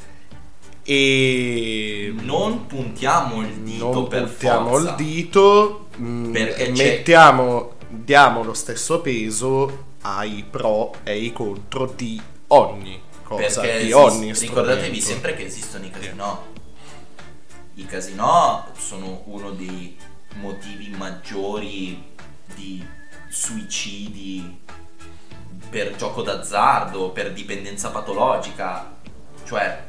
E non puntiamo il dito il dito, perché diamo lo stesso peso ai pro e ai contro di ogni cosa, di ogni strumento. Ricordatevi sempre che esistono i casinò. I casinò sono uno dei motivi maggiori di suicidi per gioco d'azzardo, per dipendenza patologica. Cioè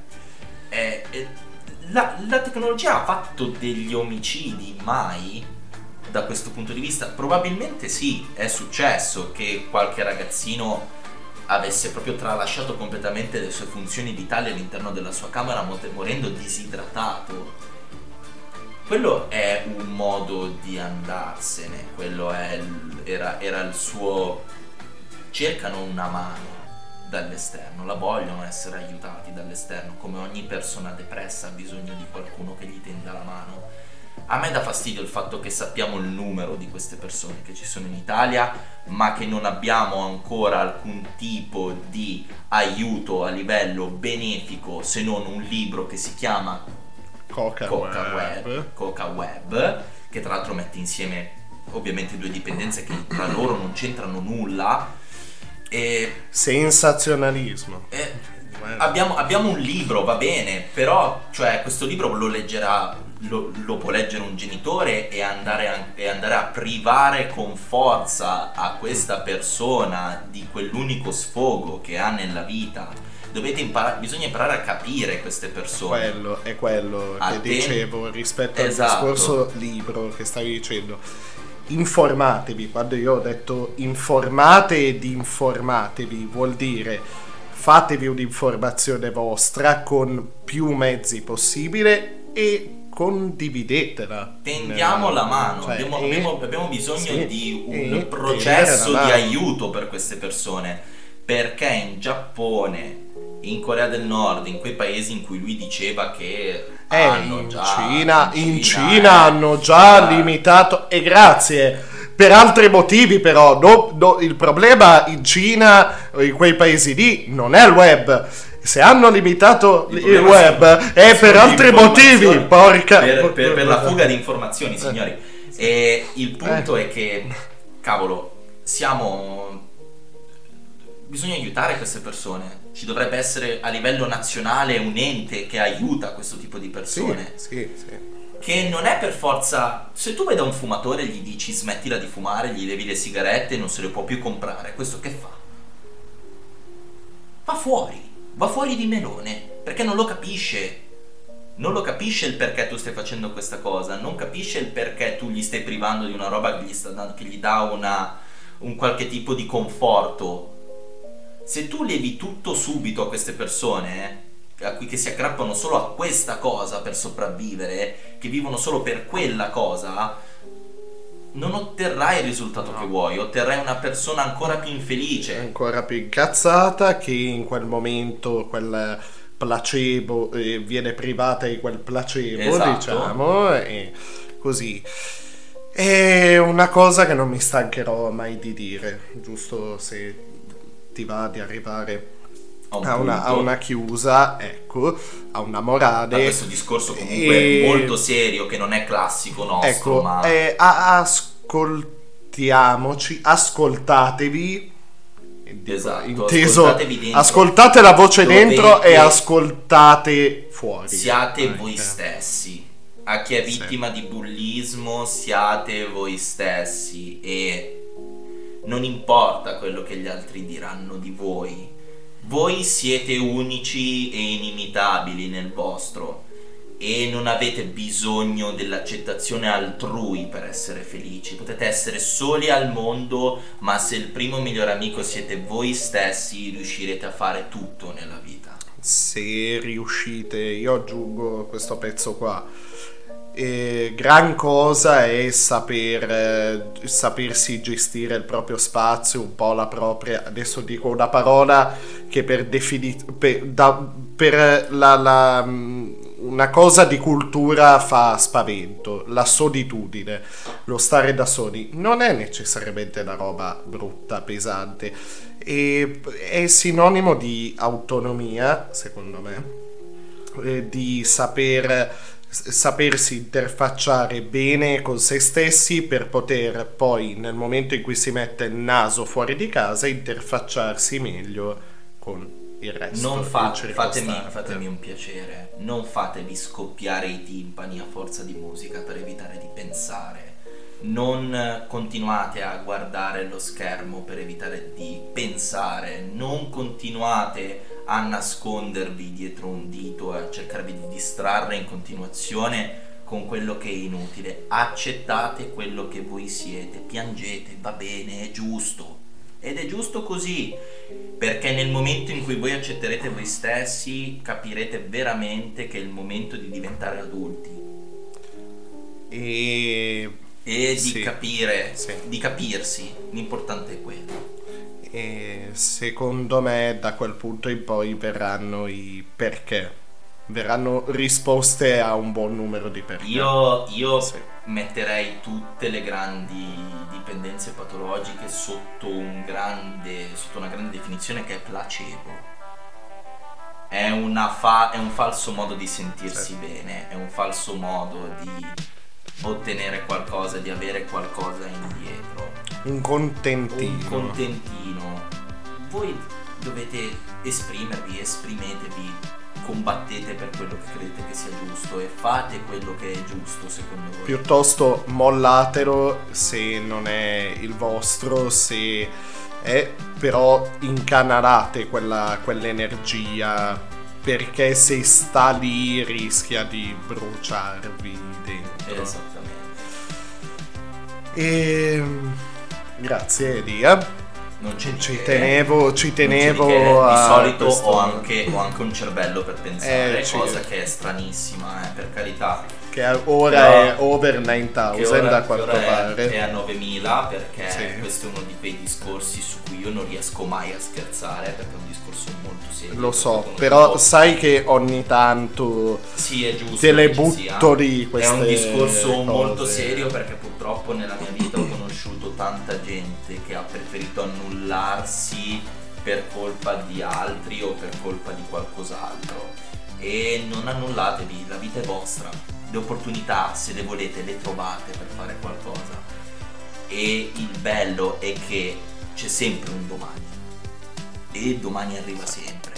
la tecnologia ha fatto degli omicidi mai da questo punto di vista? Probabilmente sì, è successo che qualche ragazzino avesse proprio tralasciato completamente le sue funzioni vitali all'interno della sua camera morendo disidratato. Quello è un modo di andarsene, quello era il suo... cercano una mano dall'esterno, la vogliono essere aiutati dall'esterno, come ogni persona depressa ha bisogno di qualcuno che gli tenda la mano. A me dà fastidio il fatto che sappiamo il numero di queste persone che ci sono in Italia, ma che non abbiamo ancora alcun tipo di aiuto a livello benefico, se non un libro che si chiama Coca Web, che tra l'altro mette insieme ovviamente due dipendenze che tra loro non c'entrano nulla. E sensazionalismo. Abbiamo un libro, va bene, però cioè questo libro lo leggerà, lo può leggere un genitore e andare a privare con forza a questa persona di quell'unico sfogo che ha nella vita. Bisogna imparare a capire queste persone. È quello che dicevo rispetto al discorso libro che stavi dicendo. Informatevi. Quando io ho detto informate ed informatevi, vuol dire fatevi un'informazione vostra con più mezzi possibile e condividetela. Tendiamo la mano, cioè, abbiamo bisogno di un processo di aiuto per queste persone, perché in Giappone, in Corea del Nord, in quei paesi in cui lui diceva che in Cina hanno già limitato, e grazie, per altri motivi però, il problema in Cina o in quei paesi lì non è il web. Se hanno limitato il web è per altri motivi, porca per la fuga di informazioni, signori. E il punto è che, cavolo, bisogna aiutare queste persone. Ci dovrebbe essere a livello nazionale un ente che aiuta questo tipo di persone. Sì. Che non è per forza. Se tu vedi un fumatore e gli dici smettila di fumare, gli levi le sigarette e non se le può più comprare, questo che fa? Va fuori di melone, perché non lo capisce. Non lo capisce il perché tu stai facendo questa cosa, non capisce il perché tu gli stai privando di una roba che gli dà un qualche tipo di conforto. Se tu levi tutto subito a queste persone, che si aggrappano solo a questa cosa per sopravvivere, che vivono solo per quella cosa, non otterrai il risultato che vuoi, otterrai una persona ancora più infelice, ancora più incazzata, che in quel momento quel placebo viene privata di quel placebo, diciamo, e così. È una cosa che non mi stancherò mai di dire, giusto se ti va di arrivare a una chiusa, ecco, a una morale, a questo discorso comunque molto serio che non è classico nostro, ecco, ma ascoltatevi, ascoltatevi dentro, ascoltate la voce dentro e ascoltate fuori, siate voi stessi. A chi è vittima di bullismo, siate voi stessi e non importa quello che gli altri diranno di voi. Voi siete unici e inimitabili nel vostro. e non avete bisogno dell'accettazione altrui per essere felici. Potete essere soli al mondo, ma se il primo migliore amico siete voi stessi, riuscirete a fare tutto nella vita. Se riuscite, io aggiungo questo pezzo qua. Gran cosa è sapersi gestire il proprio spazio, un po' la propria, adesso dico una parola che una cosa di cultura fa spavento, la solitudine, lo stare da soli non è necessariamente una roba brutta, pesante, e è sinonimo di autonomia, secondo me, di sapersi interfacciare bene con se stessi per poter poi, nel momento in cui si mette il naso fuori di casa, interfacciarsi meglio con il resto. Fatemi un piacere, non fatevi scoppiare i timpani a forza di musica per evitare di pensare. Non continuate a guardare lo schermo per evitare di pensare. Non continuate a nascondervi dietro un dito e a cercarvi di distrarre in continuazione con quello che è inutile. Accettate quello che voi siete, piangete, va bene, è giusto. Ed è giusto così, perché nel momento in cui voi accetterete voi stessi, capirete veramente che è il momento di diventare adulti. E di capire, di capirsi, l'importante è quello. E secondo me da quel punto in poi verranno i perché, verranno risposte a un buon numero di perché. Io metterei tutte le grandi dipendenze patologiche sotto una grande definizione che è placebo. È un falso modo di sentirsi bene, è un falso modo di ottenere qualcosa, di avere qualcosa indietro. Un contentino. Voi dovete esprimetevi, combattete per quello che credete che sia giusto e fate quello che è giusto secondo voi. Piuttosto mollatelo se non è il vostro, se è, però incanalate quell'energia, perché se sta lì rischia di bruciarvi dentro. Esattamente. Grazie Elia. Non ci tenevo di a solito questo... ho anche un cervello per pensare, cosa che è stranissima, per carità, che ora è over 9000 a quanto pare, è a 9000, perché questo è uno di quei discorsi su cui io non riesco mai a scherzare, perché è un discorso molto serio. Lo so, però sai che ogni tanto è giusto te le butto lì queste è un discorso cose molto serio, perché purtroppo nella mia vita ho conosciuto tanta gente che ha preferito annullarsi per colpa di altri o per colpa di qualcos'altro, e non annullatevi, la vita è vostra, le opportunità, se le volete, le trovate per fare qualcosa, e il bello è che c'è sempre un domani, e domani arriva sempre.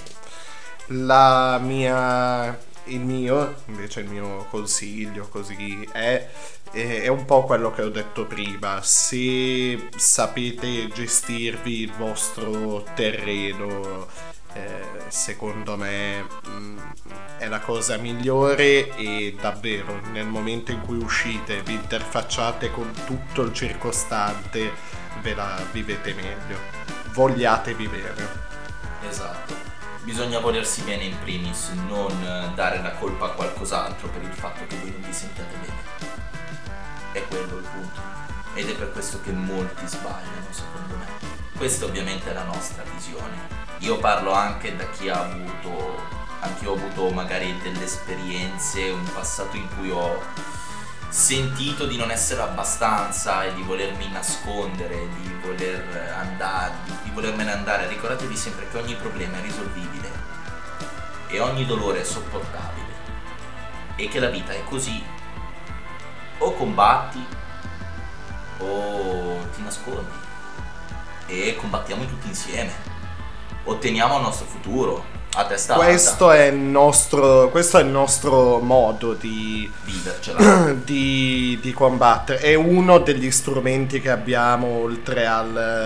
Il mio consiglio così è un po' quello che ho detto prima: se sapete gestirvi il vostro terreno, secondo me è la cosa migliore, e davvero nel momento in cui uscite vi interfacciate con tutto il circostante, ve la vivete meglio, vogliate vivere. Esatto. Bisogna volersi bene in primis, non dare la colpa a qualcos'altro per il fatto che voi non vi sentiate bene. È quello il punto. Ed è per questo che molti sbagliano, secondo me. Questa ovviamente è la nostra visione. Io parlo anche da chi ha avuto, anche io ho avuto magari delle esperienze, un passato in cui ho sentito di non essere abbastanza e di volermi nascondere, di volermene andare. Ricordatevi sempre che ogni problema è risolvibile e ogni dolore è sopportabile, e che la vita è così: o combatti o ti nascondi, e combattiamo tutti insieme, otteniamo il nostro futuro a testa alta. Questo è il nostro modo di vivercela, di combattere. È uno degli strumenti che abbiamo, oltre al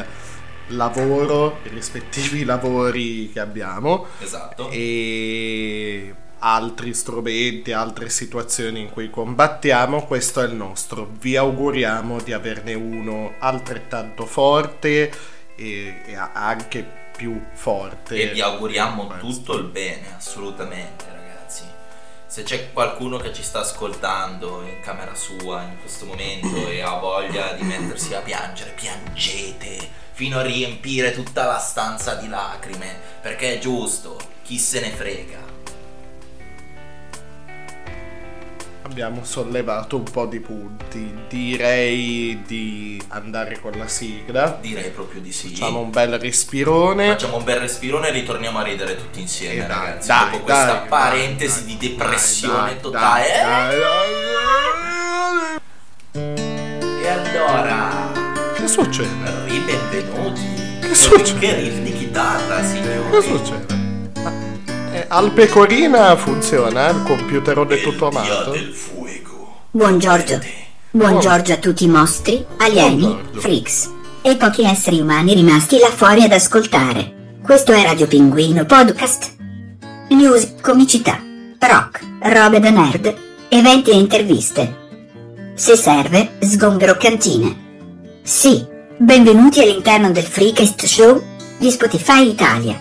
lavoro, i rispettivi lavori che abbiamo. Esatto. E altri strumenti, altre situazioni in cui combattiamo. Questo è il nostro. Vi auguriamo di averne uno altrettanto forte e anche più forte. E vi auguriamo tutto il bene, assolutamente, ragazzi. Se c'è qualcuno che ci sta ascoltando in camera sua in questo momento e ha voglia di mettersi a piangere, piangete fino a riempire tutta la stanza di lacrime, perché è giusto, chi se ne frega. Abbiamo sollevato un po' di punti. Direi di andare con la sigla. Direi proprio di sì. Facciamo un bel respirone. Facciamo un bel respirone e ritorniamo a ridere tutti insieme, ragazzi. Dopo questa parentesi di depressione totale. E allora, che succede? Benvenuti. Che succede? Che riff di chitarra, signori. Che succede? Al Pecorina funziona il computerone tutto amato? Buongiorno. Buongiorno a tutti i mostri, alieni, freaks e pochi esseri umani rimasti là fuori ad ascoltare. Questo è Radio Pinguino Podcast. News, comicità, rock, robe da nerd, eventi e interviste. Se serve, sgombero cantine. Sì, benvenuti all'interno del Freakest Show di Spotify Italia.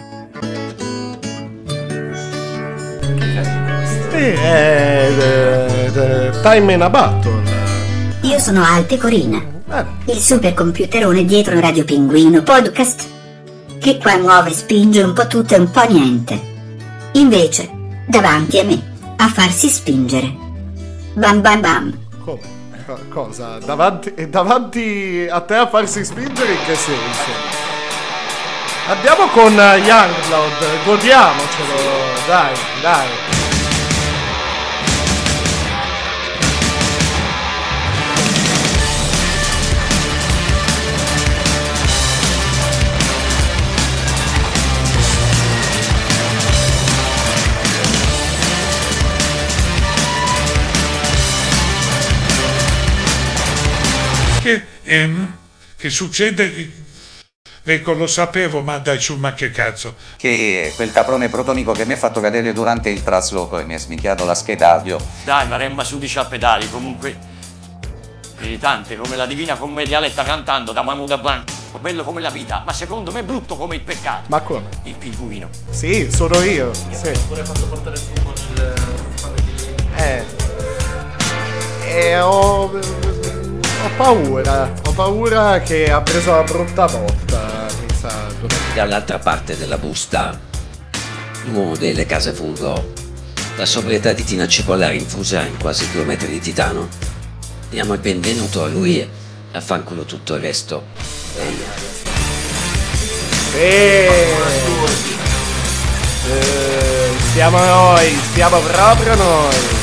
Time in a Battle. Io sono Al Pecorina, il supercomputerone dietro Radio Pinguino Podcast, che qua muove e spinge un po' tutto e un po' niente. Invece, davanti a me, a farsi spingere. Bam bam bam. Come? Cosa? Davanti a te a farsi spingere in che senso? Andiamo con Youngblood, godiamocelo, dai. Che succede? Ecco, lo sapevo, ma dai su, ma che cazzo? Che quel caprone protonico che mi ha fatto cadere durante il trasloco e mi ha sminchiato la scheda audio. Dai, Maremma su 10 a pedali, comunque irritante come la Divina Commedia letta cantando da Mahmoud Abbas. Bello come la vita, ma secondo me brutto come il peccato. Ma come? Il pinguino. Sì, sono io. Sì. Ho pure fatto portare il fumo Ho paura che ha preso la brutta botta, mi sa. Dall'altra parte della busta, l'uomo delle case fungo, la sobrietà di Tina Cipolla infusa in quasi 2 metri di titano. Diamo il benvenuto a lui e affanculo tutto il resto. Siamo proprio noi.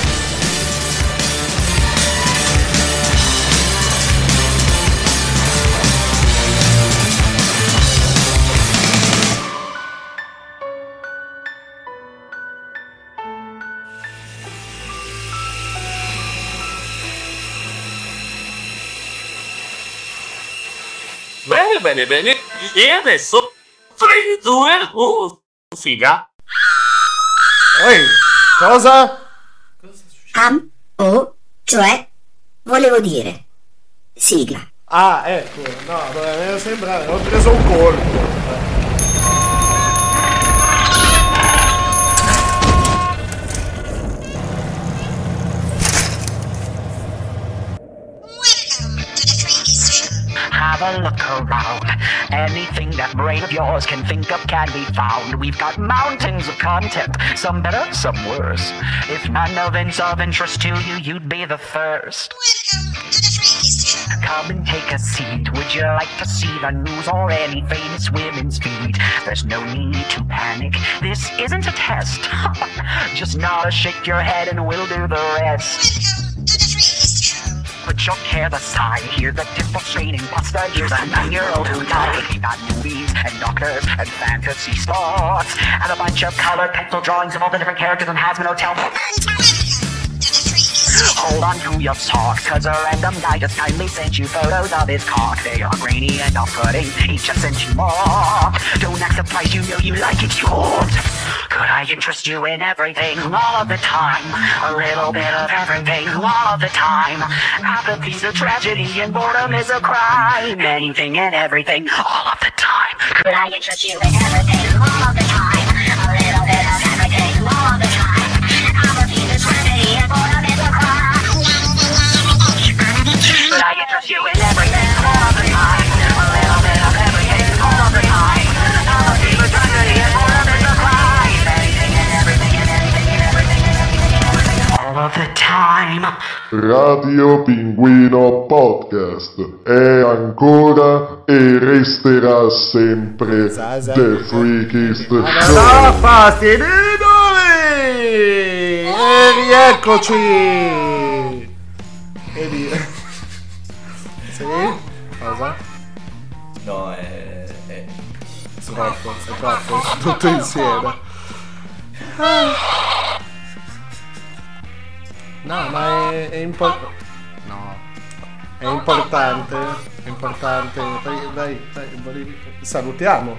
Bene. E adesso 3, 2, 1, figa. Ehi, cosa? Cioè, volevo dire, sigla. Ah, ecco, no, mi sembra, ho preso un colpo. Have a look around. Anything that brain of yours can think of can be found. We've got mountains of content, some better, some worse. If none of it's of interest to you, you'd be the first. Come and take a seat. Would you like to see the news or any famous women's feed? There's no need to panic. This isn't a test. Just nod or shake your head and we'll do the rest. Put your care aside, hear the demonstrating pasta. Here's a 9-year-old who died. He got movies and doctors and fantasy sports and a bunch of colored pencil drawings of all the different characters in Hazbin Hotel. hold on to your socks, cause a random guy just kindly sent you photos of his cock. They are grainy and off-putting, he just sent you more. Don't act surprised, you know you like it, you won't. Could I interest you in everything, all of the time? A little bit of everything, all of the time. Apathy's a tragedy and boredom is a crime. Anything and everything, all of the time. Could I interest you in everything, all of the time? A little bit of everything, all of the time. Apathy's a tragedy and boredom is a crime. Could I interest you in everything, all of the time? A little bit of everything, all of the time. Apathy's a tragedy and boredom is a crime. Anything and everything and anything and everything and everything and everything, all of the time. Radio Pinguino Podcast è ancora e resterà sempre The Freakiest Show. E rieccoci! Sì? Cosa? No, è troppo, tutto insieme. No, ma è importante. No. È importante. Dai, salutiamo.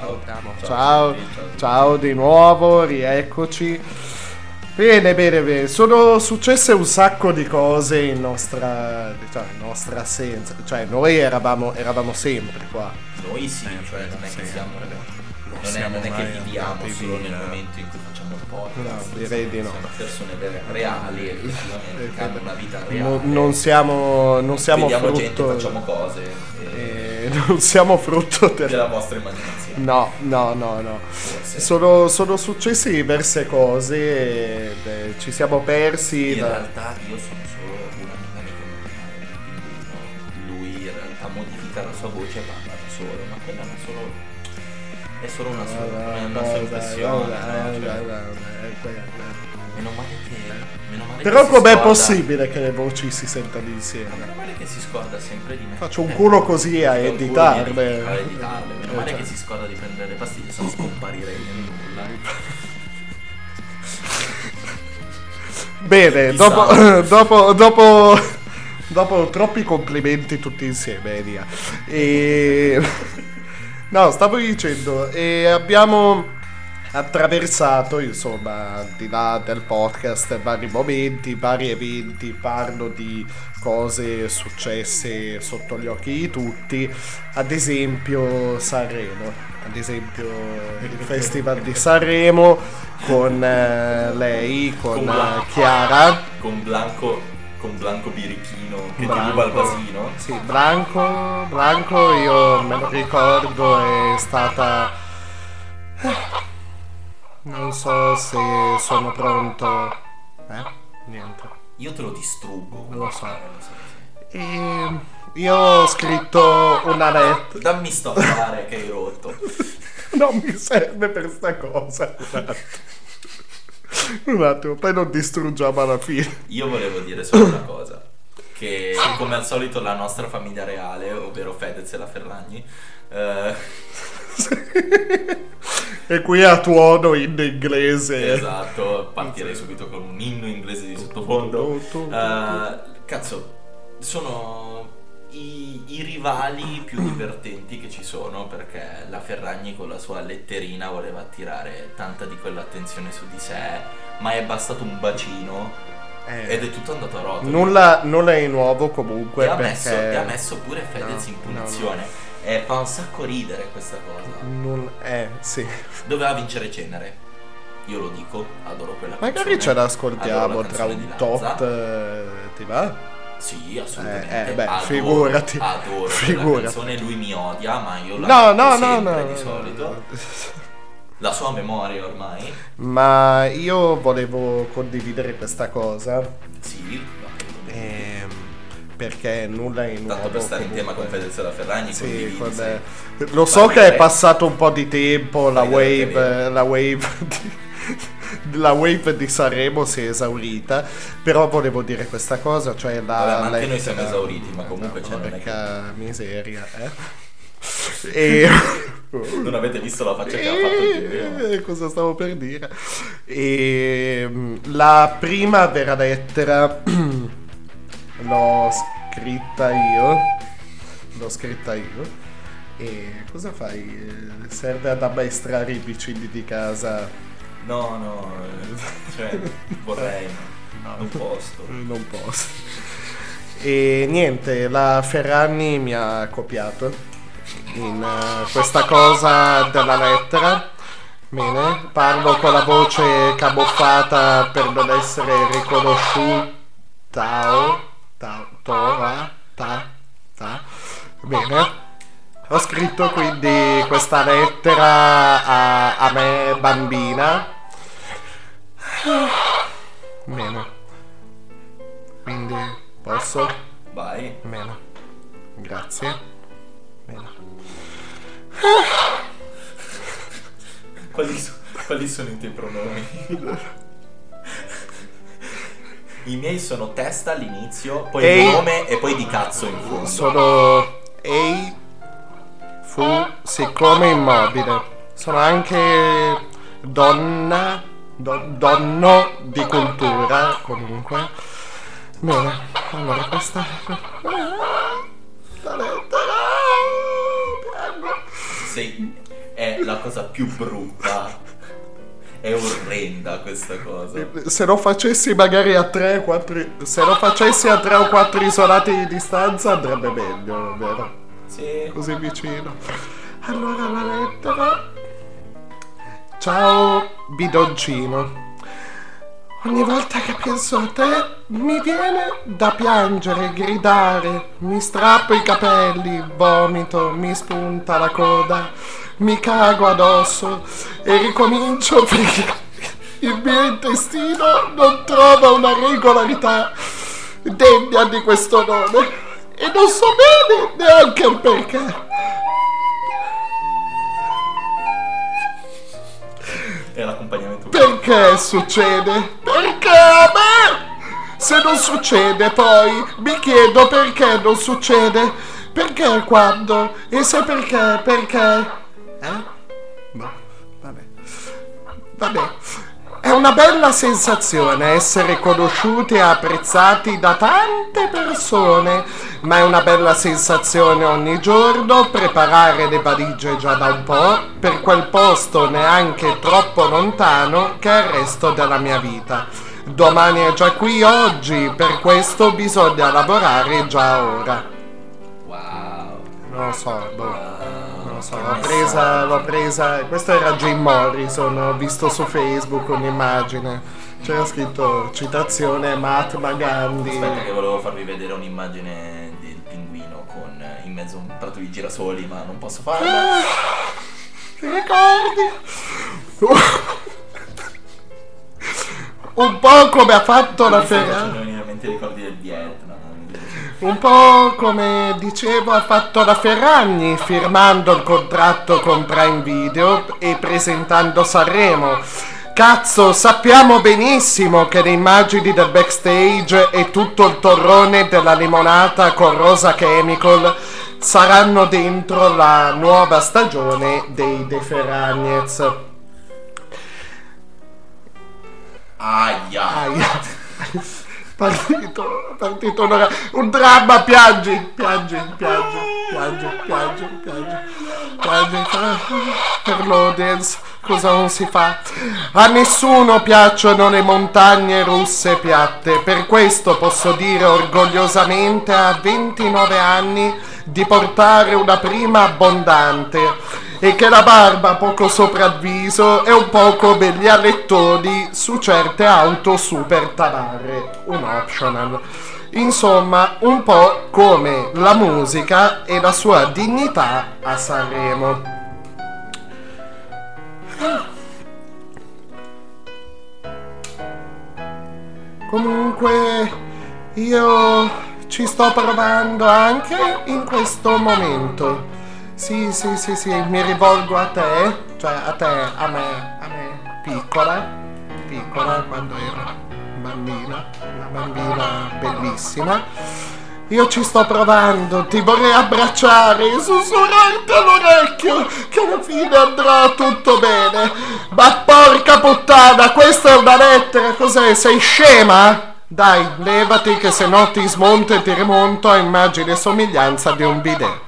Ciao di nuovo, rieccoci. Bene. Sono successe un sacco di cose in nostra assenza. Cioè, noi eravamo sempre qua. Noi sì, cioè non è che siamo. Non è che viviamo solo nel momento in cui facciamo il podcast. No, direi di no. Siamo persone reali, effettivamente, che hanno una vita reale. Non siamo vediamo frutto, gente, facciamo cose. Non siamo frutto della vostra immaginazione. No. Sono successe diverse cose e ci siamo persi. In realtà io sono solo un amico normale. Lui in realtà modifica la sua voce e parla da solo, ma quella è solo una sua impressione. Meno male che però com'è possibile che le voci si sentano insieme? Meno male che si scorda sempre di me. Faccio un culo così a editarle. Meno male che si scorda di prendere le pastiglie, se no scomparirei nel nulla. Bene, dopo troppi complimenti tutti insieme, Elia. No, stavo dicendo, abbiamo attraversato, insomma, al di là del podcast, vari momenti, vari eventi. Parlo di cose successe sotto gli occhi di tutti, ad esempio Sanremo, il Festival di Sanremo con lei, con Chiara, con Blanco Birichino che ti ruba il vasino. Sì, Blanco, io me lo ricordo, è stata... Non so se sono pronto. Niente. Io te lo distruggo. Non lo so. Io ho scritto una lettera. Dammi sto fare che hai rotto. Non mi serve per sta cosa. Un attimo, poi non distruggiamo alla fine. Io volevo dire solo una cosa. Che come al solito la nostra famiglia reale, ovvero Fedez e la Ferragni, e qui a tuono in inglese. Esatto, partirei subito con un inno inglese di sottofondo. Cazzo, sono i rivali più divertenti che ci sono, perché la Ferragni con la sua letterina voleva attirare tanta di quell'attenzione su di sé, ma è bastato un bacino ed è tutto andato a rotolo. Nulla è nuovo comunque, e ha messo pure Fedez in punizione. Fa un sacco ridere questa cosa. Sì. Doveva vincere Cenere. Io lo dico, adoro quella canzone. Magari ce l'ascoltiamo tra un tot. Ti va? Sì, assolutamente. Figurati. Adoro quella canzone, lui mi odia, ma io la sempre di solito. La sua memoria ormai. Ma io volevo condividere questa cosa. Sì. Perché nulla è nuovo. Tanto per stare in tema con Fedez e la Ferragni. Sì, lo so che è passato un po' di tempo, la wave di Sanremo si è esaurita, però volevo dire questa cosa, cioè ma anche noi siamo esauriti, ma comunque c'è una miseria, E non avete visto la faccia che ha fatto cosa stavo per dire? E la prima vera lettera l'ho scritta io. E cosa fai? Serve ad ammaestrare i vicini di casa? No, cioè vorrei, ma non posso. E niente, la Ferragni mi ha copiato in questa cosa della lettera. Bene, parlo con la voce camuffata per non essere riconosciuta. Bene. Ho scritto quindi questa lettera a me bambina. Bene. Quindi posso? Vai. Bene. Grazie. Bene. Quali sono i tuoi pronomi? I miei sono testa all'inizio, poi il nome e poi di cazzo in fondo. Sono siccome immobile. Sono anche donno di cultura, comunque. Bene, allora questa la lettera. Sì, è la cosa più brutta. È orrenda questa cosa. Se lo facessi magari a 3 o 4 isolati di distanza andrebbe meglio, vero? Sì. Così vicino. Allora la lettera. Ciao bidoncino. Ogni volta che penso a te mi viene da piangere, gridare, mi strappo i capelli, vomito, mi spunta la coda, mi cago addosso e ricomincio perché il mio intestino non trova una regolarità degna di questo nome e non so bene neanche il perché. È l'accompagnamento. Perché succede? Perché a me? Se non succede poi mi chiedo perché non succede. Perché quando? E se perché? Perché? No, vabbè. È una bella sensazione essere conosciuti e apprezzati da tante persone, ma è una bella sensazione ogni giorno preparare le valigie già da un po' per quel posto neanche troppo lontano che è il resto della mia vita. Domani è già qui oggi, per questo bisogna lavorare già ora. Wow. Non lo so, l'ho presa, questo era Jim Morrison, ho visto su Facebook un'immagine, c'era scritto citazione Mahatma Gandhi. Aspetta che volevo farvi vedere un'immagine del pinguino con in mezzo a un prato di girasoli, ma non posso farlo. Ti ricordi? Un po' come ha fatto la Ferragni. Ricordi del Vietnam. Un po' come dicevo ha fatto la Ferragni firmando il contratto con Prime Video e presentando Sanremo. Cazzo, sappiamo benissimo che le immagini del backstage e tutto il torrone della limonata con Rosa Chemical saranno dentro la nuova stagione dei De Ferragnez. Aia. Partito un dramma, piangi per l'audience, cosa non si fa? A nessuno piacciono le montagne russe piatte, per questo posso dire orgogliosamente a 29 anni di portare una prima abbondante e che la barba poco sopra il viso è un po' come gli alettoni su certe auto super tabarre, un optional. Insomma, un po' come la musica e la sua dignità a Sanremo. Comunque, io ci sto provando anche in questo momento. Sì, mi rivolgo a te, cioè a me, piccola, quando ero bambina, una bambina bellissima. Io ci sto provando, ti vorrei abbracciare e sussurrarti all'orecchio che alla fine andrà tutto bene. Ma porca puttana, questa è una lettera, cos'è? Sei scema? Dai, levati che se no ti smonto e ti rimonto a immagine e somiglianza di un bidet.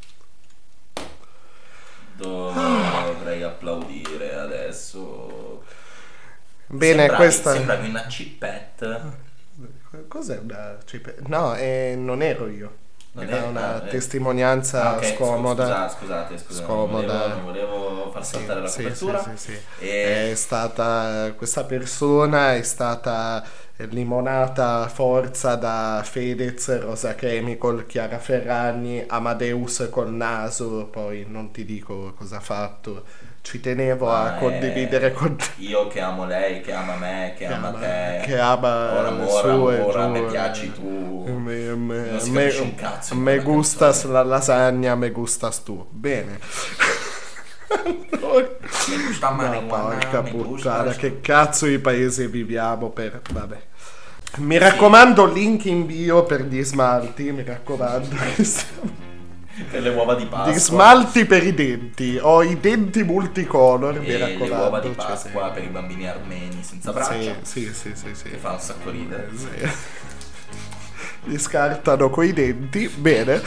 Dovrei applaudire adesso. Bene, questa... Sembravi una cippette. Cos'è una cippette? No, non ero io. Era una okay. testimonianza scomoda. Scusate. Scomoda. Non volevo far saltare la copertura. Sì. È stata, questa persona è stata limonata a forza da Fedez, Rosa Chemical, Chiara Ferragni, Amadeus col naso, poi non ti dico cosa ha fatto. Ci tenevo a condividere con te. Io che amo lei, che ama me, che ama te, che ama ora me piaci tu. Me gustas la lasagna, me gustas tu. Bene. Porca puttana, che cazzo di paese viviamo per... Vabbè. Mi raccomando, link in bio per gli smalti, mi raccomando. Per le uova di Pasqua. Di smalti per i denti. Ho i denti multicolor, mi raccomando. Le uova di Pasqua per i bambini armeni senza braccia. Sì. Che fa un sacco ridere. Sì. Li scartano coi denti. Bene.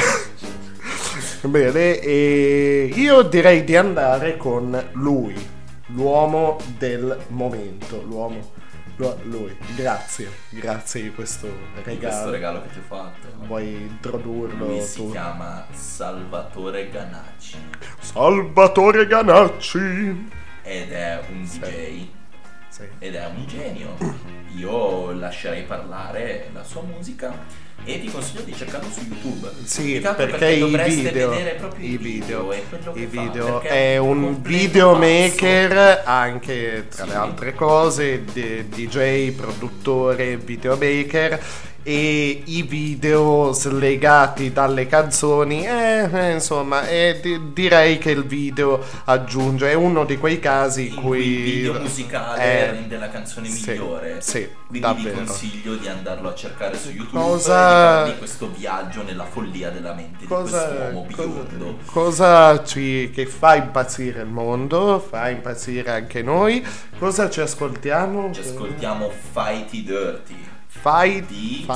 Bene, e io direi di andare con lui, l'uomo del momento, lui. Grazie di questo regalo. Di questo regalo che ti ho fatto. Vuoi introdurlo? Lui si chiama Salvatore Ganacci. Salvatore Ganacci! Ed è un DJ. Ed è un genio. Io lascerei parlare la sua musica e ti consiglio di cercarlo su YouTube. Sì, perché i video, vedere proprio i video è un videomaker, anche tra le altre cose, DJ, produttore, videomaker, e i video slegati dalle canzoni, insomma, direi che il video aggiunge, è uno di quei casi in cui il video musicale rende la canzone migliore. Sì, quindi davvero. vi consiglio di andarlo a cercare su YouTube e di farvi questo viaggio nella follia della mente di quest'uomo biondo. Cosa che fa impazzire il mondo, fa impazzire anche noi. Cosa ci ascoltiamo? Ci ascoltiamo Fighty Dirty. Fight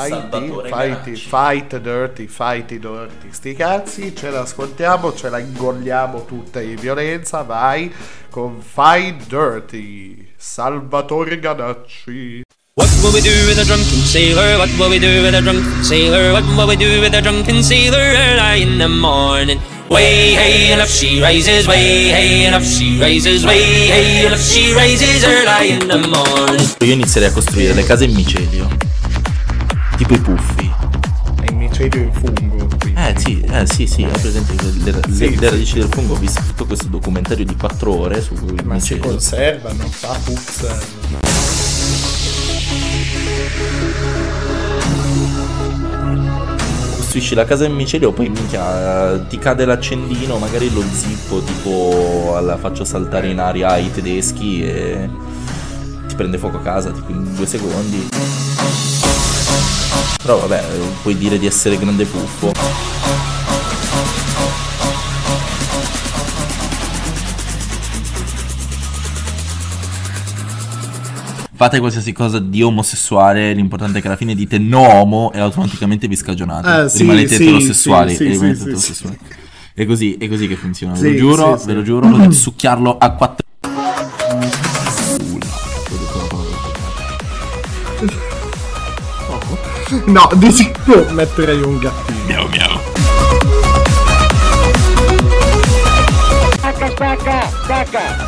dirty, sti cazzi, ce l'ascoltiamo, ce la ingolliamo tutta in violenza, vai con Fight Dirty, Salvatore Ganacci. What will we do with a drunken sailor? What will we do with a drunken sailor? What will we do with a drunken sailor early in the morning? Way hey and up she rises, way hey and up she rises, way hey and up she rises early in the morning. Io inizierei a costruire le case in micelio, tipo i puffi. È in micelio in fungo. Sì, ho presente le radici del fungo. Ho visto tutto questo documentario di 4 ore su il ma micelio. Si conservano, puzzano. Costruisci la casa in micelio, poi minchia ti cade l'accendino, magari lo zippo tipo la faccio saltare in aria ai tedeschi e ti prende fuoco a casa tipo in 2 secondi. Però vabbè, puoi dire di essere grande puffo. Fate qualsiasi cosa di omosessuale, l'importante è che alla fine dite no omo e automaticamente vi scagionate. Rimanete eterosessuali. Eterosessuali. È così che funziona, ve lo giuro, ve lo giuro, potete succhiarlo a 4. No, di sicuro metterei un gattino. Miau miau. Spacca.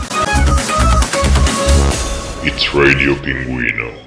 It's Radio Pinguino.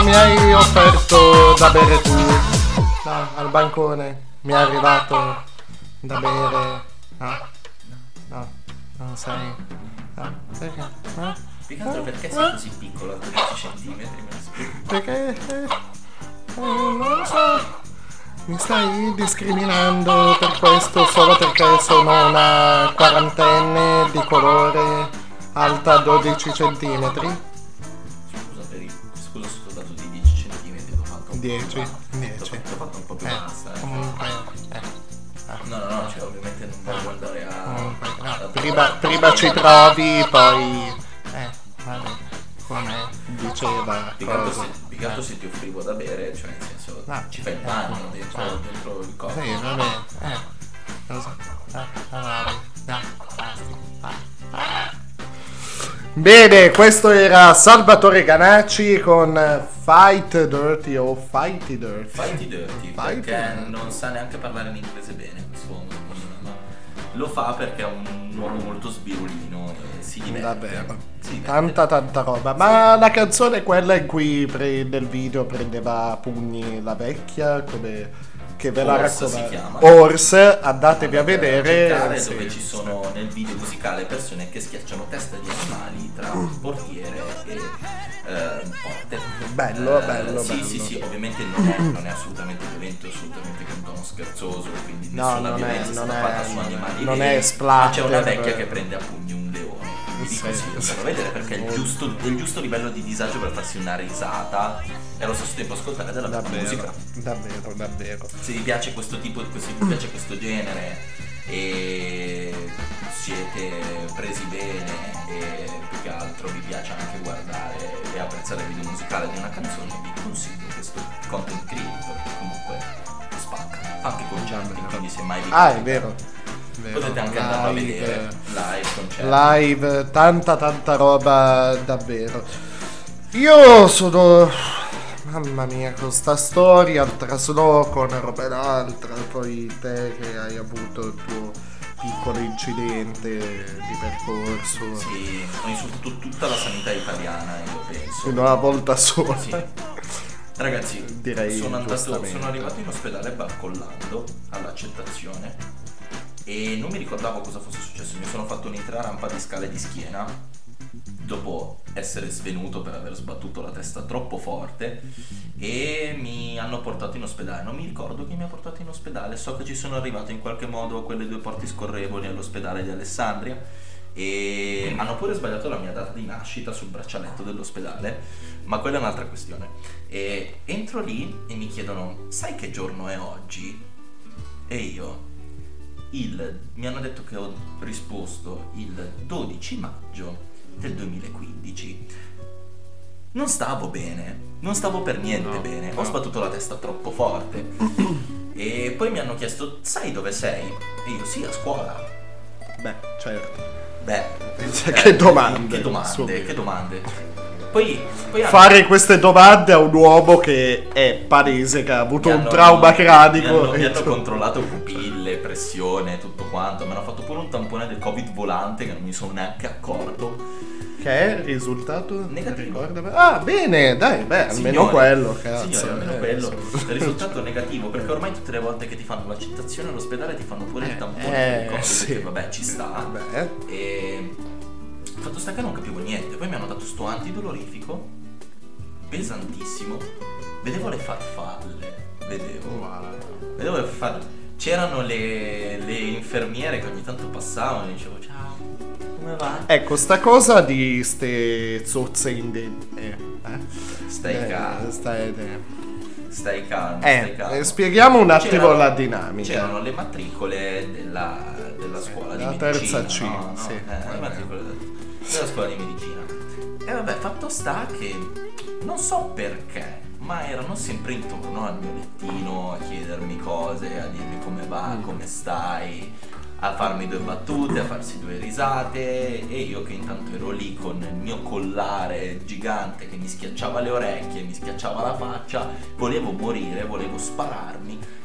mi hai offerto da bere tu? No, al bancone mi è arrivato da bere. No, non sei. No, perché? Più che altro perché sei così piccolo, a 12 centimetri, me lo spiego? Perché? Non lo so. Mi stai discriminando per questo solo perché sono una quarantenne di colore alta 12 centimetri? Scusa, sto dato di 10 centimetri, l'ho fatto un 10. L'ho fatto un po' più bassa. Comunque. No, cioè ovviamente non voglio andare Prima ci provi, poi. Vabbè, come diceva. Più che altro se ti offrivo da bere, cioè nel senso ci fai il bagno dentro il corpo. Sì, vabbè. Lo so. Bene, questo era Salvatore Ganacci con Fight Dirty o Fighty Dirty. Fighty Dirty, perché non sa neanche parlare in inglese bene quest'uomo. Lo fa perché è un uomo molto sbirulino e si diverte. Tanta roba. Ma la canzone è quella in cui nel video prendeva a pugni la vecchia, come che ve la raccomando. Horse, andatevi a vedere. Sì, dove ci sono nel video musicale persone che schiacciano testa di animali tra portiere e porte. Bello. Sì, ovviamente non è assolutamente violento, è assolutamente un tono scherzoso, quindi nessuna violenza è stata fatta su animali non veri, è splatter. ma c'è una vecchia che prende a pugni un leone. Vi consiglio di vedere perché è il giusto livello di disagio per farsi una risata e allo stesso tempo ascoltare della bella musica. Davvero. Se vi piace questo tipo, se vi piace questo genere e siete presi bene e più che altro vi piace anche guardare e apprezzare il video musicale di una canzone, vi consiglio questo content creator che comunque spacca, fa anche concerti, quindi se mai vi è vero. Potete anche andarlo a vedere live, concerti. Live, tanta roba davvero. Io sono, mamma mia, con sta storia, il trasloco, una roba e l'altra, poi te che hai avuto il tuo piccolo incidente di percorso. Sì, ho insultato tutta la sanità italiana, io penso. In una volta sola. Sì. Ragazzi, direi sono arrivato in ospedale barcollando all'accettazione e non mi ricordavo cosa fosse successo. Mi sono fatto un'intera rampa di scale di schiena dopo essere svenuto per aver sbattuto la testa troppo forte e mi hanno portato in ospedale. Non mi ricordo chi mi ha portato in ospedale, so che ci sono arrivato in qualche modo a quelle 2 porte scorrevoli all'ospedale di Alessandria e hanno pure sbagliato la mia data di nascita sul braccialetto dell'ospedale, ma quella è un'altra questione. E entro lì e mi chiedono: sai che giorno è oggi? E io mi hanno detto che ho risposto il 12 maggio del 2015. Non stavo bene, non stavo per niente bene, ho sbattuto la testa troppo forte e poi mi hanno chiesto: sai dove sei? E io: sì, a scuola. Certo. Che domande. Poi fare queste domande a un uomo che è palese che ha avuto un trauma cranico. Mi hanno controllato pupille, pressione, tutto quanto. Mi hanno fatto pure un tampone del Covid volante che non mi sono neanche accorto. Che è risultato negativo. Bene, dai, almeno quello, cazzo. Signore, almeno quello. Il risultato negativo, perché ormai tutte le volte che ti fanno l'accettazione all'ospedale ti fanno pure il tampone del Covid, che vabbè, ci sta. E fatto sta che non capivo niente. Poi mi hanno dato sto antidolorifico pesantissimo. Vedevo le farfalle. Vedevo le farfalle. C'erano le infermiere che ogni tanto passavano e dicevo: ciao, come va? Ecco, sta cosa di ste zozze stai calmo. Spieghiamo un attimo la dinamica. C'erano le matricole della scuola di medicina. La terza C, sì. Le matricole della scuola di medicina. E vabbè, fatto sta che non so perché, ma erano sempre intorno al mio lettino a chiedermi cose, a dirmi come va, come stai, a farmi 2 battute, a farsi 2 risate, e io che intanto ero lì con il mio collare gigante che mi schiacciava le orecchie, mi schiacciava la faccia, volevo morire, volevo spararmi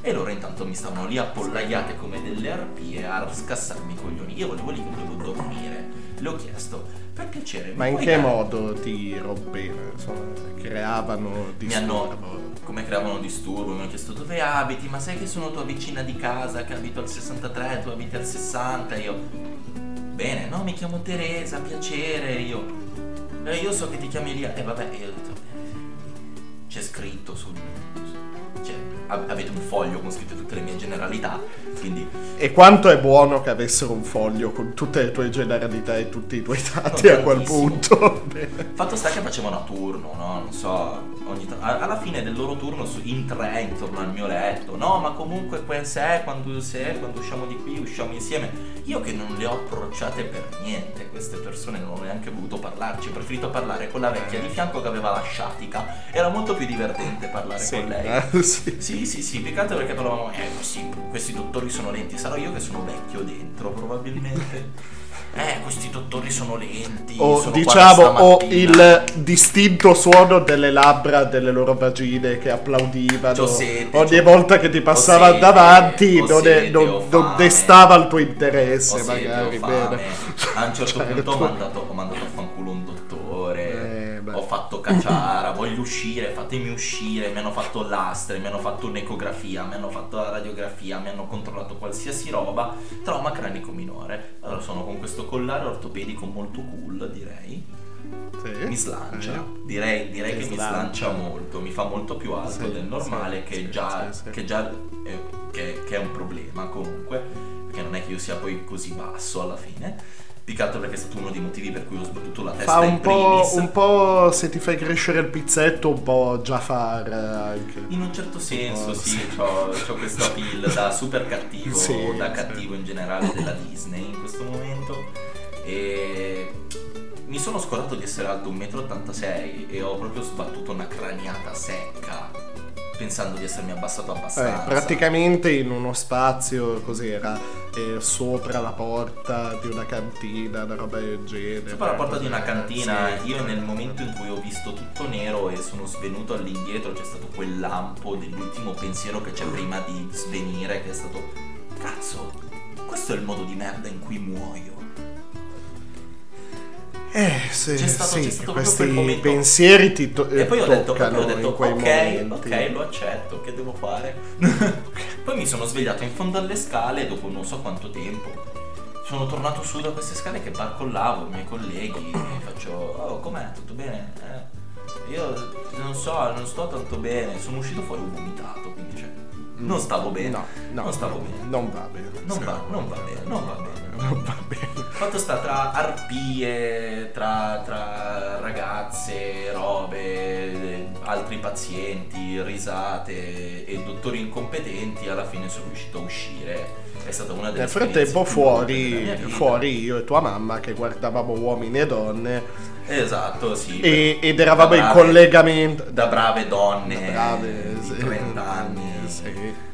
E loro intanto mi stavano lì appollaiate come delle arpie a scassarmi i coglioni. Io volevo lì che dovevo dormire. Le ho chiesto, per piacere, ma in che modo ti rompevano? Insomma, creavano disturbo? Come creavano disturbo? Mi hanno chiesto dove abiti, ma sai che sono tua vicina di casa, che abito al 63, tu abiti al 60. Io, bene, no, mi chiamo Teresa, piacere. Io so che ti chiami Elia. Vabbè, io ho detto, c'è scritto sul... Cioè, avete un foglio con scritte tutte le mie generalità, quindi... E quanto è buono che avessero un foglio con tutte le tue generalità e tutti i tuoi dati a quel punto. Fatto sta che facevano a turno, no? Non so, alla fine del loro turno in tre intorno al mio letto. No, ma comunque quando usciamo di qui usciamo insieme. Io che non le ho approcciate per niente, queste persone non ho neanche voluto parlarci. Ho preferito parlare con la vecchia di fianco che aveva la sciatica. Era molto più divertente parlare con lei. Sì, piccante perché parlavamo, questi dottori sono lenti. Sarò io che sono vecchio dentro, probabilmente. Questi dottori sono lenti. O il distinto suono delle labbra delle loro vagine che applaudivano ogni volta che ti passava davanti, non destava il tuo interesse, magari. A un certo punto ho mandato a fanculo un dottore. Ho fatto cacciara, voglio uscire, fatemi uscire. Mi hanno fatto lastre, mi hanno fatto un'ecografia, mi hanno fatto la radiografia, mi hanno controllato qualsiasi roba. Trauma cranico minore. Allora sono con questo collare ortopedico molto cool, direi. Sì. Mi slancia. Direi che mi slancia molto. Mi fa molto più alto del normale, che è un problema comunque, perché non è che io sia poi così basso alla fine. Piccato perché è stato uno dei motivi per cui ho sbattuto la testa in primis. Un po' se ti fai crescere il pizzetto, un po' Jafar anche. In un certo senso sì, c'ho questa appeal da super cattivo, cattivo in generale della Disney in questo momento. E mi sono scordato di essere alto 1,86 m e ho proprio sbattuto una craniata secca, pensando di essermi abbassato abbastanza. Praticamente in uno spazio, cos'era? Sopra la porta di una cantina, una roba del genere. Sopra la porta di una cantina, io nel momento in cui ho visto tutto nero e sono svenuto all'indietro, c'è stato quel lampo dell'ultimo pensiero che c'è prima di svenire, che è stato: cazzo, questo è il modo di merda in cui muoio. C'è stato questi pensieri ti e poi ho detto, ok, lo accetto, che devo fare? Poi mi sono svegliato in fondo alle scale dopo non so quanto tempo. Sono tornato su da queste scale che barcollavo i miei colleghi e faccio: oh, com'è? Tutto bene? Io non sto tanto bene. Sono uscito fuori, ho vomitato, quindi non stavo bene. Non stavo bene. Non va bene. Non va bene. Fatto sta tra arpie, tra ragazze, robe, altri pazienti, risate e dottori incompetenti, alla fine sono riuscito a uscire. È stata una delle Nel frattempo fuori io e tua mamma che guardavamo Uomini e Donne. Esatto, sì. Ed eravamo in collegamento da brave donne di 30 anni. Sì.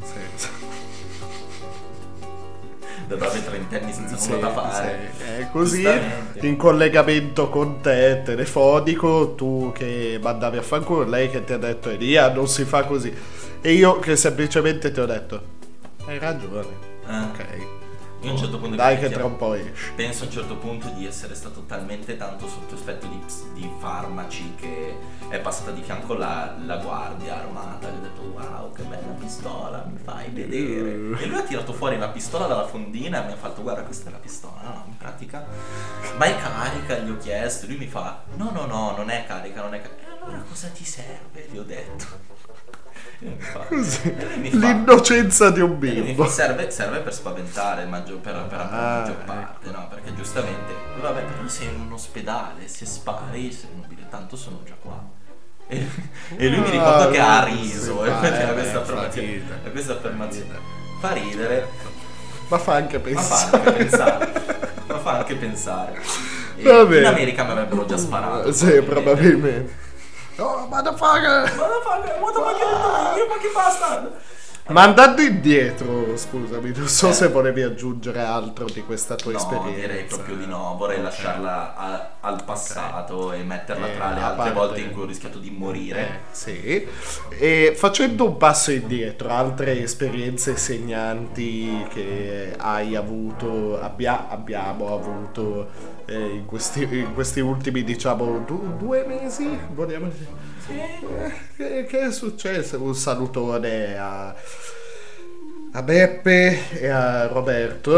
Da brave trentenni senza nulla da fare. Così in collegamento con te telefonico, tu che mandavi a fanculo, lei che ti ha detto: Elia, non si fa così, e io che semplicemente ti ho detto: hai ragione. Ok. Io a un certo punto dai che tra un po' esci. Penso a un certo punto di essere stato talmente tanto sotto effetto di farmaci che è passata di fianco la guardia armata. Gli ho detto: wow, che bella pistola, mi fai vedere. E lui ha tirato fuori la pistola dalla fondina e mi ha fatto: guarda, questa è la pistola, no? In pratica, ma è carica? Gli ho chiesto. Lui mi fa: no, non è carica, E allora cosa ti serve? Gli ho detto. Così, l'innocenza di un bimbo. Serve per spaventare la maggior parte, no? Perché giustamente, vabbè, però sei in un ospedale, se spari sei mobile, tanto sono già qua. E lui mi ricordo che ha riso questa affermazione. Fa ridere, ma fa anche pensare. In America mi avrebbero già sparato. Sì, probabilmente. Oh, motherfucker, you fucking bastard. Ma andando indietro, scusami, non so se volevi aggiungere altro di questa tua esperienza. No, direi proprio di no, vorrei lasciarla al passato e metterla tra le altre volte in cui ho rischiato di morire. Sì, e facendo un passo indietro, altre esperienze segnanti che hai avuto, abbiamo avuto in questi ultimi, diciamo, 2 mesi, vogliamo dire. Che è successo? Un salutone a Beppe e a Roberto.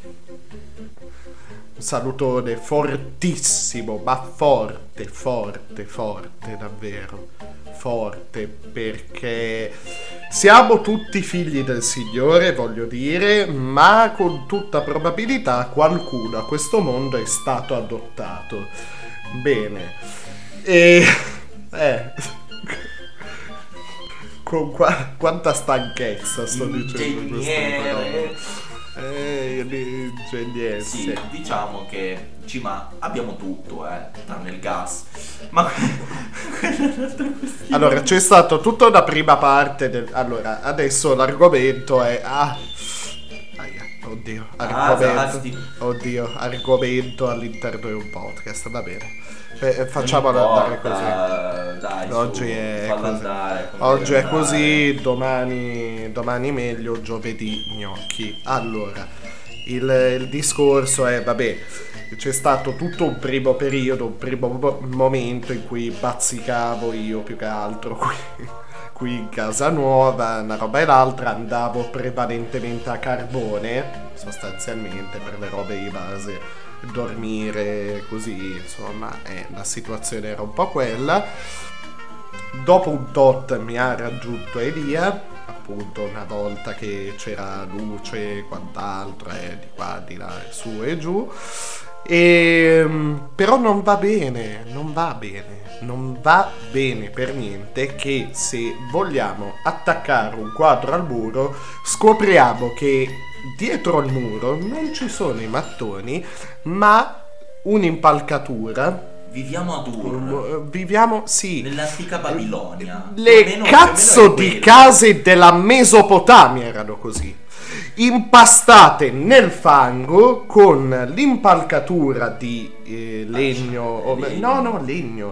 Un salutone fortissimo, ma forte davvero. Forte, perché siamo tutti figli del Signore, voglio dire, ma con tutta probabilità qualcuno a questo mondo è stato adottato. Bene. Con quanta stanchezza sto dicendo questa ingegnere. Sì, diciamo che abbiamo tutto, tranne il gas. Ma allora, c'è stato tutta una prima parte allora, adesso l'argomento è argomento all'interno di un podcast, va bene. Facciamolo andare così. Dai, oggi è così, domani meglio, giovedì gnocchi. Allora, il discorso è, vabbè, c'è stato tutto un primo periodo, un primo momento in cui bazzicavo io più che altro qui in casa nuova, una roba e l'altra, andavo prevalentemente a carbone, sostanzialmente, per le robe di base, dormire così, insomma, la situazione era un po' quella. Dopo un tot mi ha raggiunto Elia, appunto, una volta che c'era luce e quant'altro, di qua, di là, su e giù, però non va bene per niente, che se vogliamo attaccare un quadro al muro scopriamo che dietro il muro non ci sono i mattoni, ma un'impalcatura. Viviamo ad Ur. Viviamo, sì. Nell'antica Babilonia. Le cazzo di case della Mesopotamia erano così. Impastate nel fango con l'impalcatura di legno. Legno.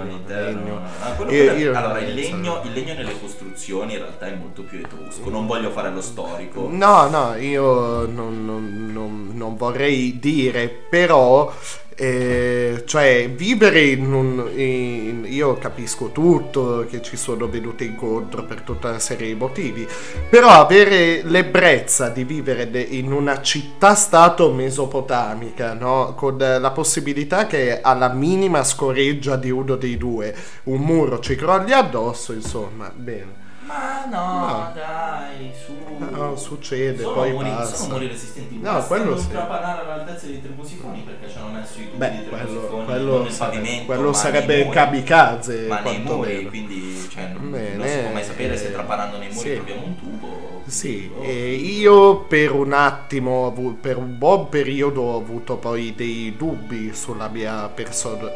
Allora, il legno nelle costruzioni in realtà è molto più etrusco. Non voglio fare lo storico. No, io non vorrei dire, però. Cioè, vivere io capisco tutto, che ci sono venute incontro per tutta una serie di motivi, però avere l'ebbrezza di vivere in una città-stato mesopotamica, no? Con la possibilità che alla minima scoreggia di uno dei due un muro ci crolli addosso, insomma, bene. Ma no, dai, su. No, succede, poi passa. Sono muri resistenti. No, quello sì. Trapanare all'altezza dei termosifoni, perché ci hanno messo i tubi di termosifoni nel pavimento. Quello sarebbe kamikaze. Ma nei muri, quindi non si può mai sapere se trapanando nei muri troviamo un tubo. Sì, e io per un attimo, per un buon periodo ho avuto poi dei dubbi sulla mia persona.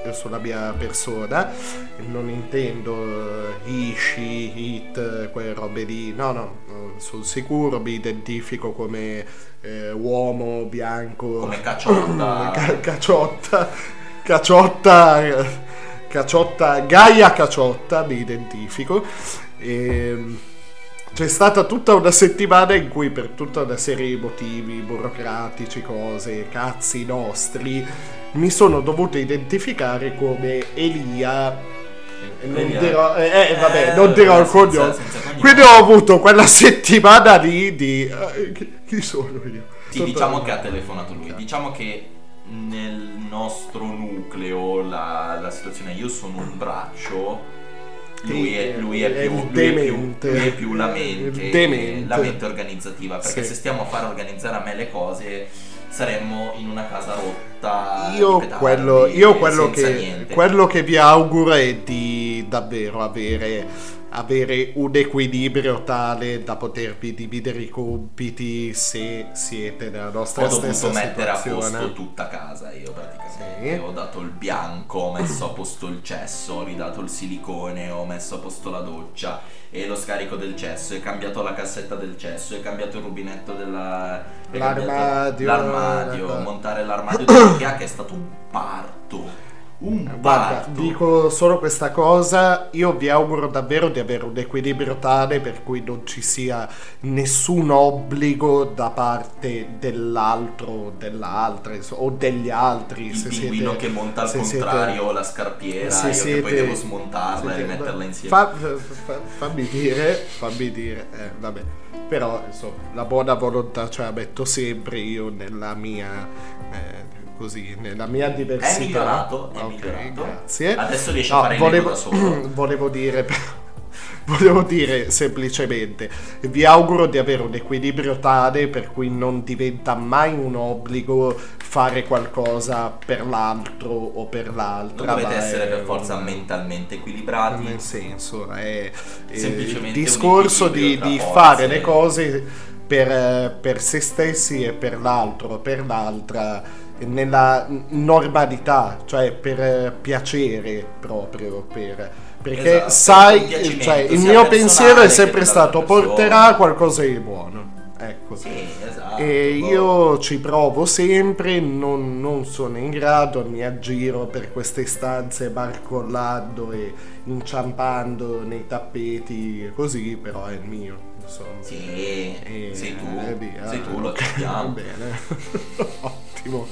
Non intendo hit, quelle robe lì, no, sul sicuro mi identifico come uomo bianco, come Caciotta, Gaia Caciotta, mi identifico. C'è stata tutta una settimana in cui, per tutta una serie di motivi burocratici, cose, cazzi nostri, mi sono dovuto identificare come Elia. Non dirò il cognome. Quindi ho avuto quella settimana lì di chi sono io? Sì, diciamo che ha telefonato lui. Diciamo che nel nostro nucleo la situazione, io sono un braccio. Lui è più la mente organizzativa, perché se stiamo a far organizzare a me le cose saremmo in una casa rotta. Quello che vi auguro è di davvero avere avere un equilibrio tale da potervi dividere i compiti se siete nella nostra stessa situazione. Ho dovuto mettere a posto tutta casa io praticamente. Ho dato il bianco, ho messo a posto il cesso, ho ridato il silicone, ho messo a posto la doccia e lo scarico del cesso, ho cambiato la cassetta del cesso, ho cambiato il rubinetto l'armadio, montare l'armadio dell'IKEA, che è stato un parto. Guarda, dico solo questa cosa, io vi auguro davvero di avere un equilibrio tale per cui non ci sia nessun obbligo da parte dell'altro o dell'altra o degli altri. Il pinguino che monta al contrario la scarpiera, io che poi devo smontarla e rimetterla insieme. Fammi dire, vabbè. Però insomma, la buona volontà ce la metto sempre io nella mia nella mia diversità. È migliorato. Grazie. Adesso riesci a fare il da solo. Volevo dire semplicemente, vi auguro di avere un equilibrio tale per cui non diventa mai un obbligo fare qualcosa per l'altro o per l'altra. Non dovete essere per forza mentalmente equilibrati. Nel senso, è semplicemente il discorso di fare le cose per se stessi e per l'altro o per l'altra, nella normalità, cioè per piacere proprio, perché sai, cioè, il mio pensiero è sempre stato porterà qualcosa di buono, ecco. E io ci provo sempre, non sono in grado, mi aggiro per queste stanze barcollando e inciampando nei tappeti così, però è il mio, insomma. Sei tu, lo capiamo. Bene. Ottimo.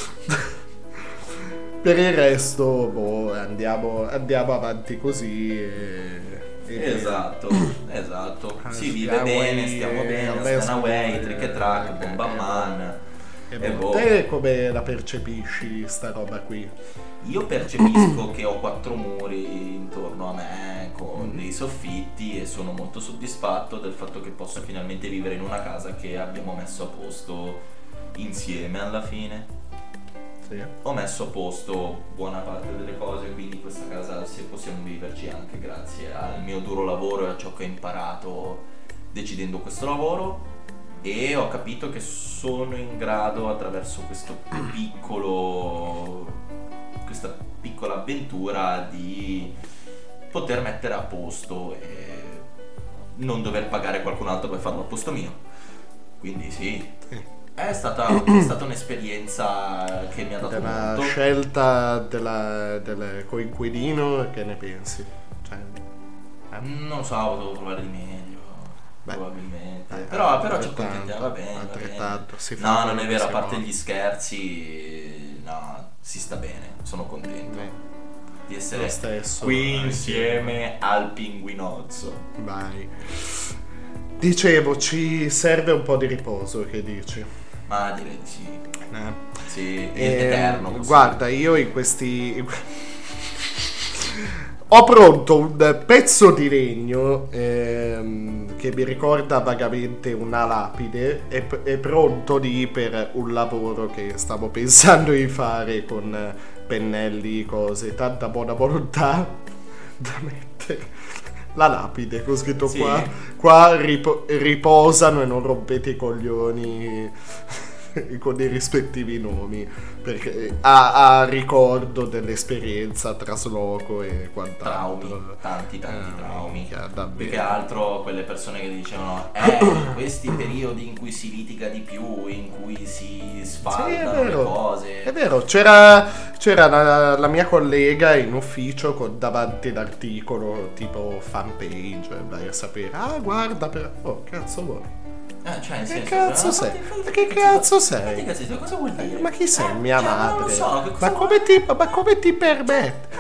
Per il resto andiamo avanti così esatto. Si vive bene, stiamo bene, Stanaway, Trick e Track, Bomba Man. Te come la percepisci sta roba qui? Io percepisco che ho 4 muri intorno a me con dei soffitti e sono molto soddisfatto del fatto che posso finalmente vivere in una casa che abbiamo messo a posto insieme alla fine. Ho messo a posto buona parte delle cose, quindi questa casa se possiamo viverci anche grazie al mio duro lavoro e a ciò che ho imparato decidendo questo lavoro, e ho capito che sono in grado attraverso questa piccola avventura di poter mettere a posto e non dover pagare qualcun altro per farlo a posto mio. Quindi sì. È stata un'esperienza che mi ha dato della molto. Scelta del coinquilino, che ne pensi? Cioè, non so, ho dovuto trovare di meglio. Probabilmente. Però ci accontentiamo, va bene. Altrettanto. No, non è vero, a parte gli scherzi, no, si sta bene, sono contento di essere qui insieme al pinguinozzo. Vai. Dicevo, ci serve un po' di riposo, che dici? Ma direi di sì. Sì, eterno. Guarda, io in questi... ho pronto un pezzo di legno che mi ricorda vagamente una lapide, è pronto lì per un lavoro che stavo pensando di fare con pennelli, cose, tanta buona volontà da mettere. La lapide, con scritto qua riposano e non rompete i coglioni con i rispettivi nomi, perché a ricordo dell'esperienza trasloco e quant'altro. Tanti traumi. Più che altro quelle persone che dicevano questi periodi in cui si litiga di più, in cui si sfaldano le cose. È vero, c'era la mia collega in ufficio con davanti l'articolo tipo fan page, vai a sapere, guarda, oh cazzo vuoi? Cioè, nel senso, che cazzo sei? Cosa vuol dire? Ma chi sei, mia madre? Non lo so, ma come ti permetti?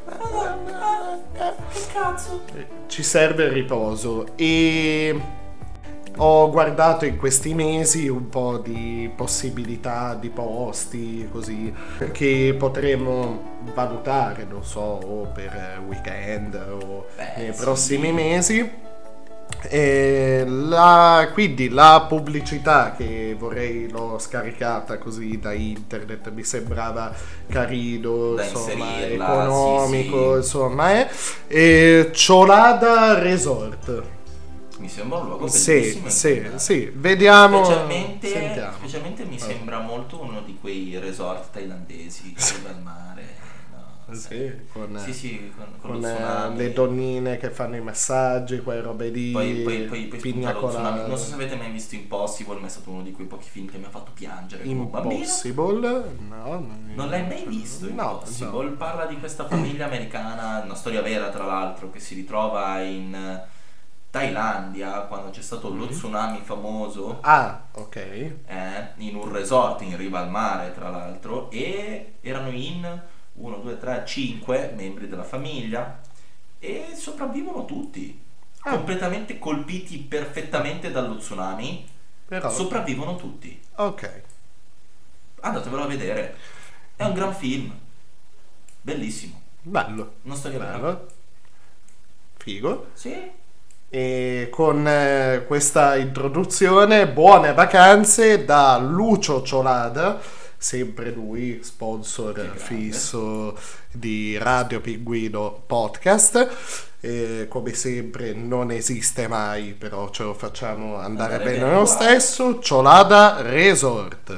Che cazzo? Ci serve il riposo e ho guardato in questi mesi un po' di possibilità di posti così che potremmo valutare, non so, o per weekend o nei prossimi mesi. Quindi la pubblicità che l'ho scaricata così da internet, mi sembrava carino, da insomma, inserirla, economico, sì. insomma, Ciolada Resort. Mi sembra un luogo bellissimo. Sì, vediamo. Specialmente mi sembra molto uno di quei resort thailandesi al mare. Con lo tsunami. le donnine che fanno i massaggi, quelle robe lì, poi pigna colada. Non so se avete mai visto Impossible, ma è stato uno di quei pochi film che mi ha fatto piangere come un Impossible? bambino. No, non l'hai mai visto? Impossible parla di questa famiglia americana, una storia vera tra l'altro, che si ritrova in Thailandia quando c'è stato lo tsunami famoso. Ok. In un resort in riva al mare tra l'altro, e erano in 1, 2, 3, 5 membri della famiglia e sopravvivono tutti, completamente colpiti perfettamente dallo tsunami, però sopravvivono tutti. Ok, andatevelo a vedere, è un gran film, bellissimo, bello, una storia bella, figo. Sì. E con questa introduzione, buone vacanze da Lucio Ciolada, sempre lui, sponsor fisso di Radio Pinguino Podcast. Come sempre non esiste mai, però ce lo facciamo andare bene lo stesso. Ciolada Resort.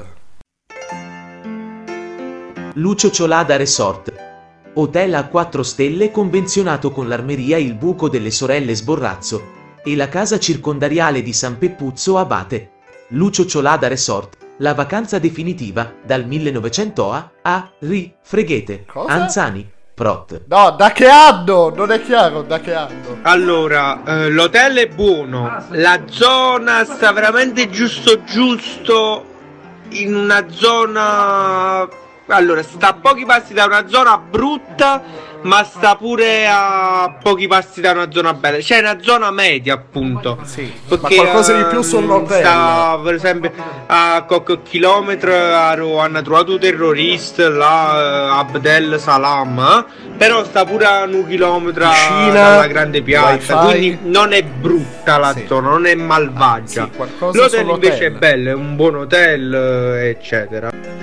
Lucio Ciolada Resort. Hotel a 4 stelle convenzionato con l'Armeria Il Buco delle Sorelle Sborrazzo e la casa circondariale di San Peppuzzo Abate. Lucio Ciolada Resort. La vacanza definitiva dal 1900 a Freghete. Cosa? Anzani, Prot. No, da che anno? Non è chiaro, da che anno? Allora, l'hotel è buono, la zona sta veramente giusto in una zona... Allora, sta a pochi passi da una zona brutta, ma sta pure a pochi passi da una zona bella. C'è una zona media, appunto. Sì, perché, ma qualcosa di più sull'hotel. Sta, per esempio, a qualche chilometro hanno trovato un terrorista, là, Abdel Salam, però sta pure a un chilometro dalla grande piazza, quindi non è brutta la zona, non è malvagia. L'hotel invece è bello, è un buon hotel, eccetera.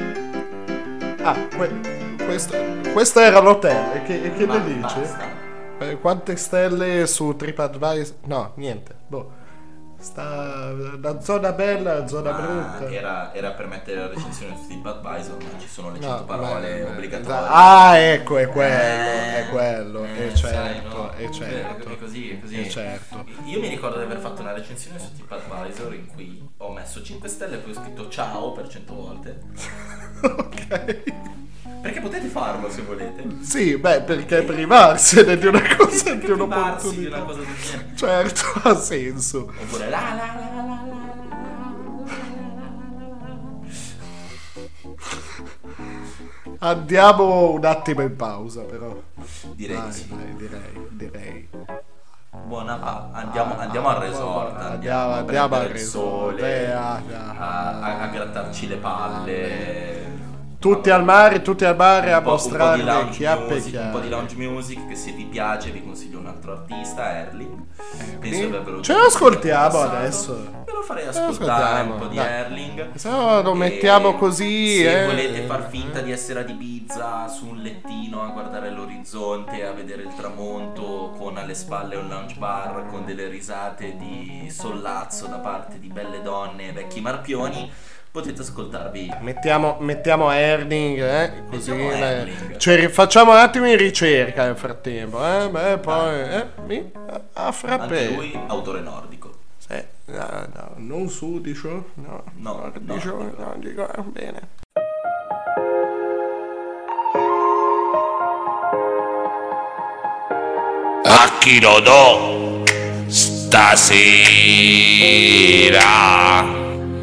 Questo era l'hotel. Che ne dici? Quante stelle su TripAdvisor? No, niente. Sta da zona bella, zona brutta. Era per mettere la recensione su TripAdvisor, ma ci sono le 100 parole obbligatorie. Ecco, è quello. Certo. È così. Certo. Io mi ricordo di aver fatto una recensione su TripAdvisor in cui ho messo 5 stelle e poi ho scritto ciao per 100 volte. Ok. Perché potete farlo se volete. Sì, perché privarsene di una cosa, di un'opportunità. Di una cosa del genere. Certo, ha senso. Oppure Andiamo un attimo in pausa, però. Direi di sì. Direi. Andiamo al resort. Andiamo a prendere il sole, a grattarci le palle. Tutti al mare a mostrare le chiappe un po' di lounge music, che se vi piace vi consiglio un altro artista, Erling. Ce lo ascoltiamo adesso. Ve lo farei ascoltare un po' di Erling. Se no lo mettiamo così. Se volete far finta di essere ad Ibiza su un lettino a guardare l'orizzonte, a vedere il tramonto, con alle spalle un lounge bar con delle risate di sollazzo da parte di belle donne e vecchi marpioni, potete ascoltarvi. Mettiamo Erling, così facciamo un attimo in ricerca nel frattempo, poi a frappè. Anche lui autore nordico. No, non sudicio, dico bene. A chi lo do stasera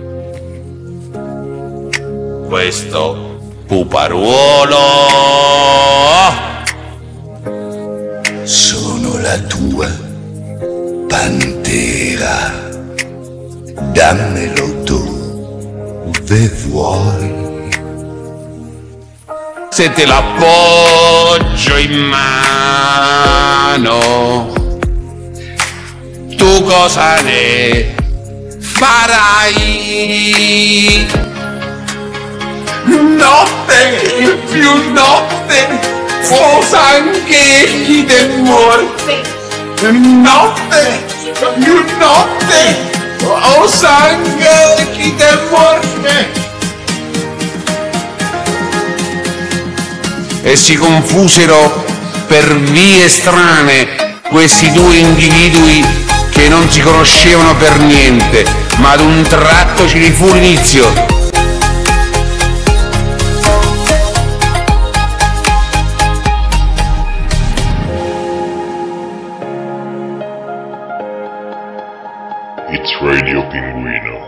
questo puparuolo? Sono la tua pantera, dammelo dove vuoi. Se te l'appoggio in mano tu cosa ne farai? Notte più notte, osa anche chi te morte. Notte più notte, osa anche chi te morte. E si confusero per vie strane questi due individui che non si conoscevano per niente, ma ad un tratto ci fu l'inizio. It's Radio Pinguino.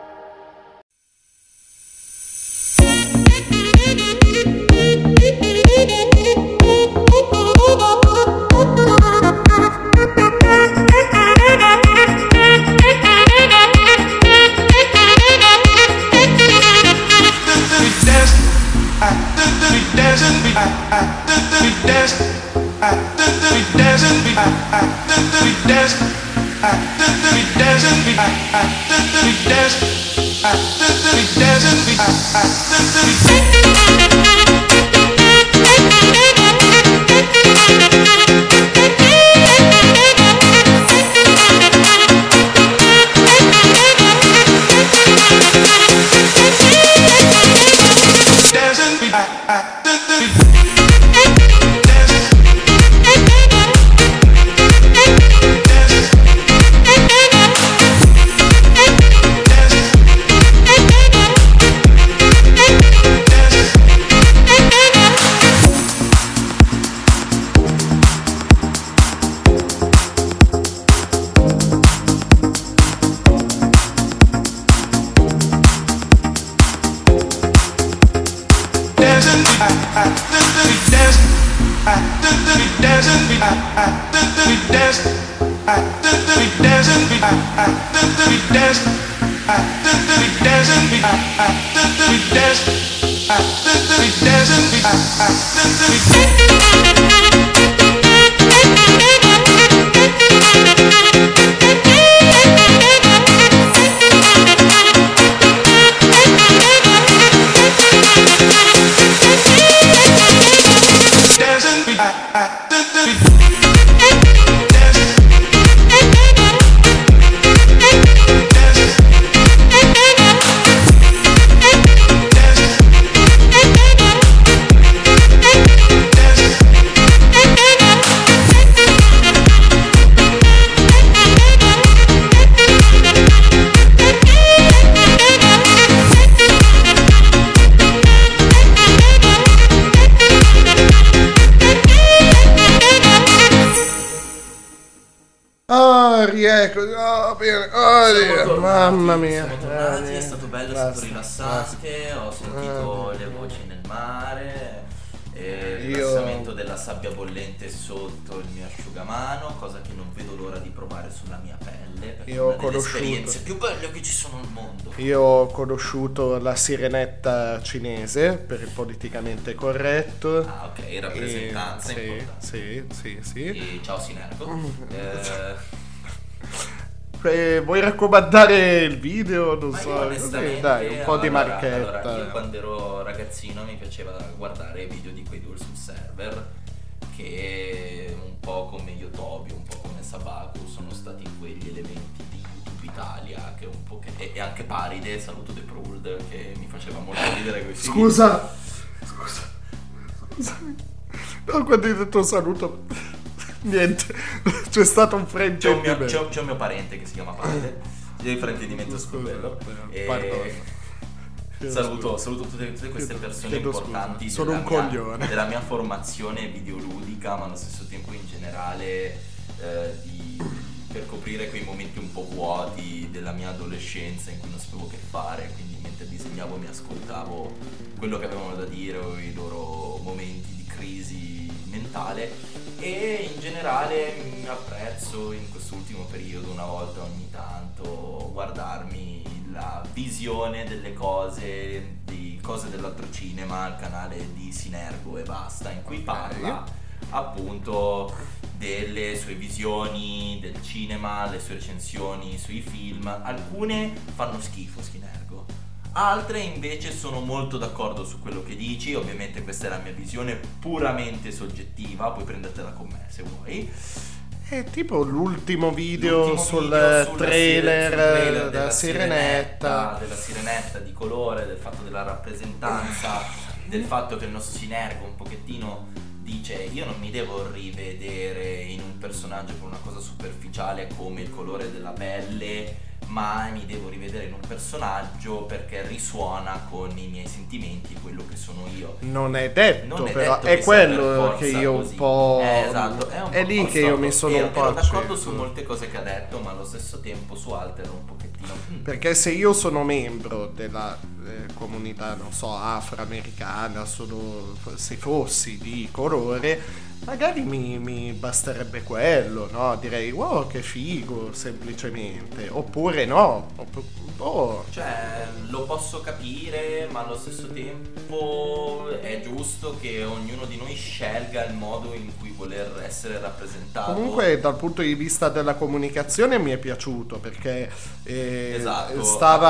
Mamma mia, siamo tornati, è stato bello, è stato rilassante, ho sentito le voci nel mare, il rilassamento della sabbia bollente sotto il mio asciugamano, cosa che non vedo l'ora di provare sulla mia pelle, perché è una delle esperienze più belle che ci sono al mondo. Io ho conosciuto la sirenetta cinese, per il politicamente corretto. Ah, ok, rappresentanza importante. Sì. E ciao Sinergo. Vuoi raccomandare il video? Non so, onestamente, dai, un po' di marchetta. Allora, io quando ero ragazzino mi piaceva guardare video di quei due sul server, che un po' come Yotobi, un po' come Sabaku sono stati quegli elementi di YouTube Italia che un po' e anche Paride, saluto The Pruld, che mi faceva molto ridere questi Scusa. No, quando hai detto saluto niente, c'è stato un fraintendimento. C'è un mio parente che si chiama Paride. Io il fraintendimento su quello. Saluto tutte queste persone importanti della mia formazione videoludica, ma allo stesso tempo in generale per coprire quei momenti un po' vuoti della mia adolescenza in cui non sapevo che fare, quindi mentre disegnavo mi ascoltavo quello che avevano da dire o i loro momenti di crisi mentale, e in generale mi apprezzo in quest'ultimo periodo una volta ogni tanto guardarmi la visione delle cose, di cose dell'altro cinema, il canale di Sinergo e basta, in cui parla appunto delle sue visioni del cinema, le sue recensioni sui film. Alcune fanno schifo, Schinergo, altre invece sono molto d'accordo su quello che dici. Ovviamente questa è la mia visione puramente soggettiva, puoi prendertela con me se vuoi. È tipo l'ultimo video sul trailer della Sirenetta, di colore, del fatto della rappresentanza, del fatto che il nostro Schinergo un pochettino dice: io non mi devo rivedere in un personaggio per una cosa superficiale come il colore della pelle, ma mi devo rivedere in un personaggio perché risuona con i miei sentimenti, quello che sono io. Non è detto, però è quello che io un po'... esatto, è lì che io mi sono un po' ero d'accordo su molte cose che ha detto, ma allo stesso tempo su altre ero un pochettino... Perché se io sono membro della comunità, non so, afroamericana, se fossi di colore, magari mi basterebbe quello, no? Direi wow, che figo, semplicemente. Oppure no, cioè lo posso capire, ma allo stesso tempo è giusto che ognuno di noi scelga il modo in cui voler essere rappresentato. Comunque dal punto di vista della comunicazione mi è piaciuto, perché esatto,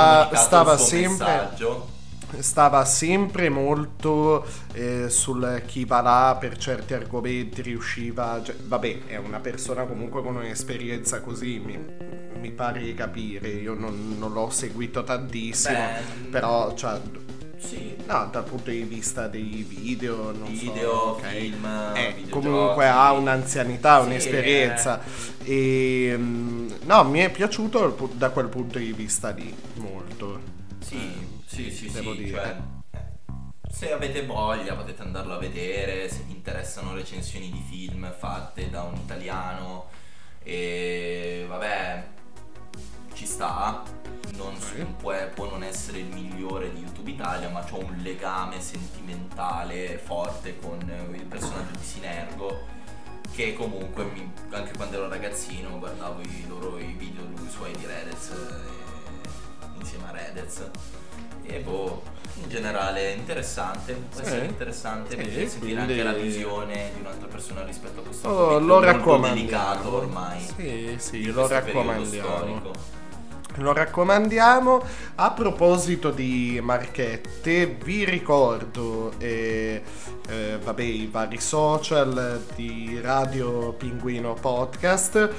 stava sempre molto sul chi va là per certi argomenti, riusciva, vabbè, è una persona comunque con un'esperienza così, mi pare di capire. Io non l'ho seguito tantissimo, però cioè, sì, no, dal punto di vista dei video, film, comunque ha un'anzianità, un'esperienza, e no, mi è piaciuto da quel punto di vista lì molto. Sì, devo dire. Cioè, se avete voglia potete andarlo a vedere, se vi interessano recensioni di film fatte da un italiano, e vabbè, ci sta, può non essere il migliore di YouTube Italia, ma c'ho un legame sentimentale forte con il personaggio di Schinergo, che comunque anche quando ero ragazzino guardavo i video suoi di Redez, insieme a Redez, e in generale interessante, può essere interessante vedere, sentire anche la visione di un'altra persona rispetto a questo argomento molto delicato ormai. Sì, lo raccomandiamo. Lo raccomandiamo. A proposito di marchette, vi ricordo i vari social di Radio Pinguino Podcast.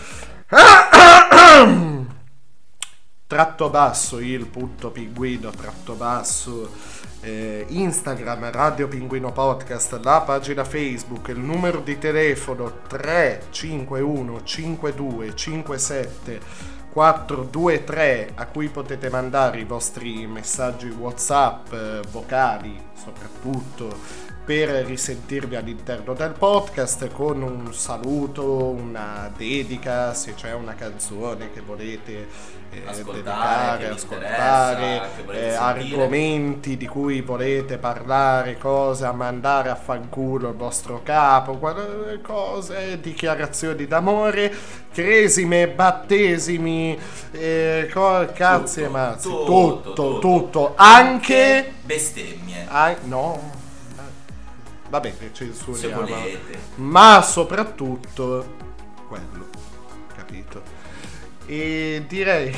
_ il punto pinguino _ Instagram Radio Pinguino Podcast, la pagina Facebook, il numero di telefono 351 52 57 423 a cui potete mandare i vostri messaggi WhatsApp vocali, soprattutto per risentirvi all'interno del podcast, con un saluto, una dedica, se c'è una canzone che volete dedicare, ascoltare, argomenti di cui volete parlare, cose a mandare a fanculo il vostro capo, cose, dichiarazioni d'amore, cresime, battesimi, cazzi e mazzi, tutto, anche bestemmie. No. Vabbè, censuriamo, se volete, ma soprattutto quello, capito? E direi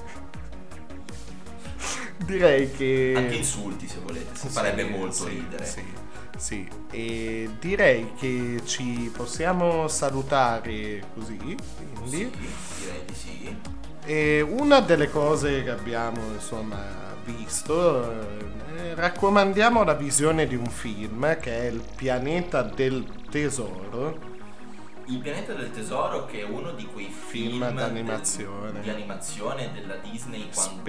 che anche insulti, se volete, farebbe molto ridere. Sì, e direi che ci possiamo salutare così, quindi direi di sì. E una delle cose che abbiamo visto, raccomandiamo la visione di un film che è Il pianeta del tesoro. Il pianeta del tesoro, che è uno di quei film d'animazione di animazione della Disney,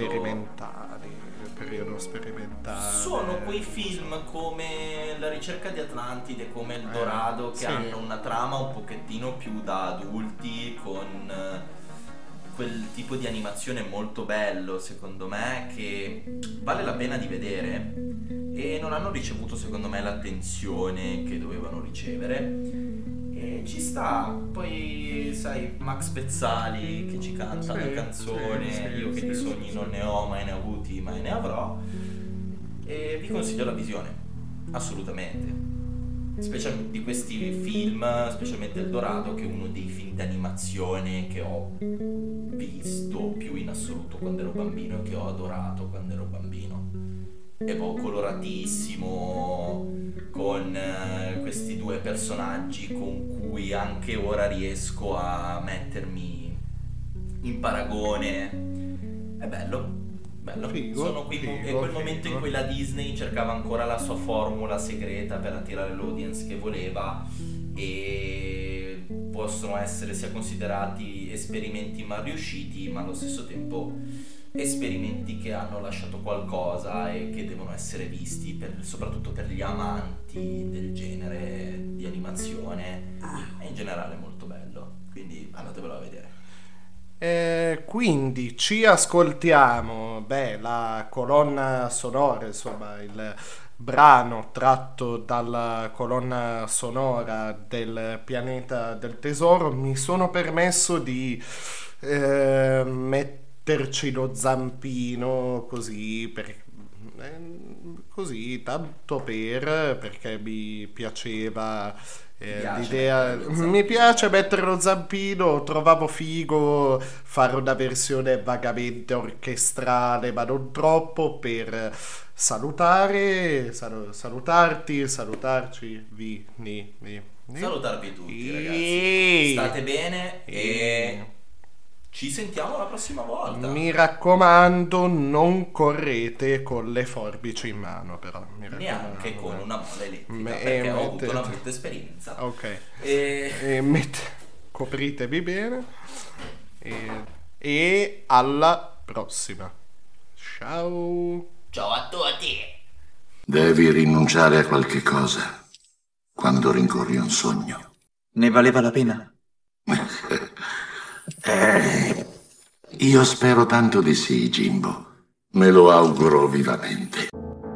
periodo sperimentale. Sono quei film come La ricerca di Atlantide, come El Dorado, che hanno una trama un pochettino più da adulti, con quel tipo di animazione molto bello, secondo me, che vale la pena di vedere, e non hanno ricevuto, secondo me, l'attenzione che dovevano ricevere. E ci sta. Poi sai, Max Pezzali che ci canta la canzone, io che di sogni non ne ho, mai ne ho avuti, mai ne avrò. E vi consiglio la visione, assolutamente. di questi film, specialmente Eldorado, che è uno dei film d'animazione che ho visto più in assoluto quando ero bambino e che ho adorato quando ero bambino. È coloratissimo, con questi due personaggi con cui anche ora riesco a mettermi in paragone. È bello. Sono qui in quel momento in cui la Disney cercava ancora la sua formula segreta per attirare l'audience che voleva, e possono essere sia considerati esperimenti mal riusciti, ma allo stesso tempo esperimenti che hanno lasciato qualcosa e che devono essere visti soprattutto per gli amanti del genere di animazione. È in generale molto bello, quindi andatevelo a vedere. Quindi ci ascoltiamo la colonna sonora, insomma il brano tratto dalla colonna sonora del Pianeta del Tesoro. Mi sono permesso di metterci lo zampino così tanto perché mi piaceva l'idea. Mi piace mettere lo zampino, trovavo figo fare una versione vagamente orchestrale ma non troppo, per salutarci, salutarvi tutti, ragazzi. State bene e ci sentiamo la prossima volta. Mi raccomando, non correte con le forbici in mano, però. Neanche con una molla elettrica, perché ho avuto una brutta esperienza. Ok. Copritevi bene e alla prossima. Ciao. Ciao a tutti. Devi rinunciare a qualche cosa quando rincorri un sogno. Ne valeva la pena? Io spero tanto di sì, Jimbo. Me lo auguro vivamente.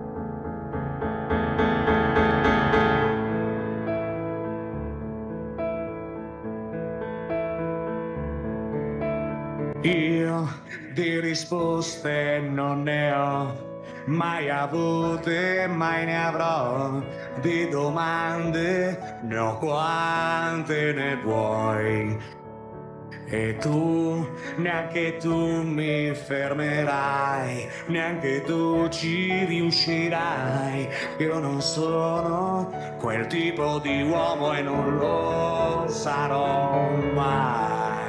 Io di risposte non ne ho mai avute, mai ne avrò. Di domande ne ho quante ne vuoi. E tu, neanche tu mi fermerai, neanche tu ci riuscirai. Io non sono quel tipo di uomo e non lo sarò mai.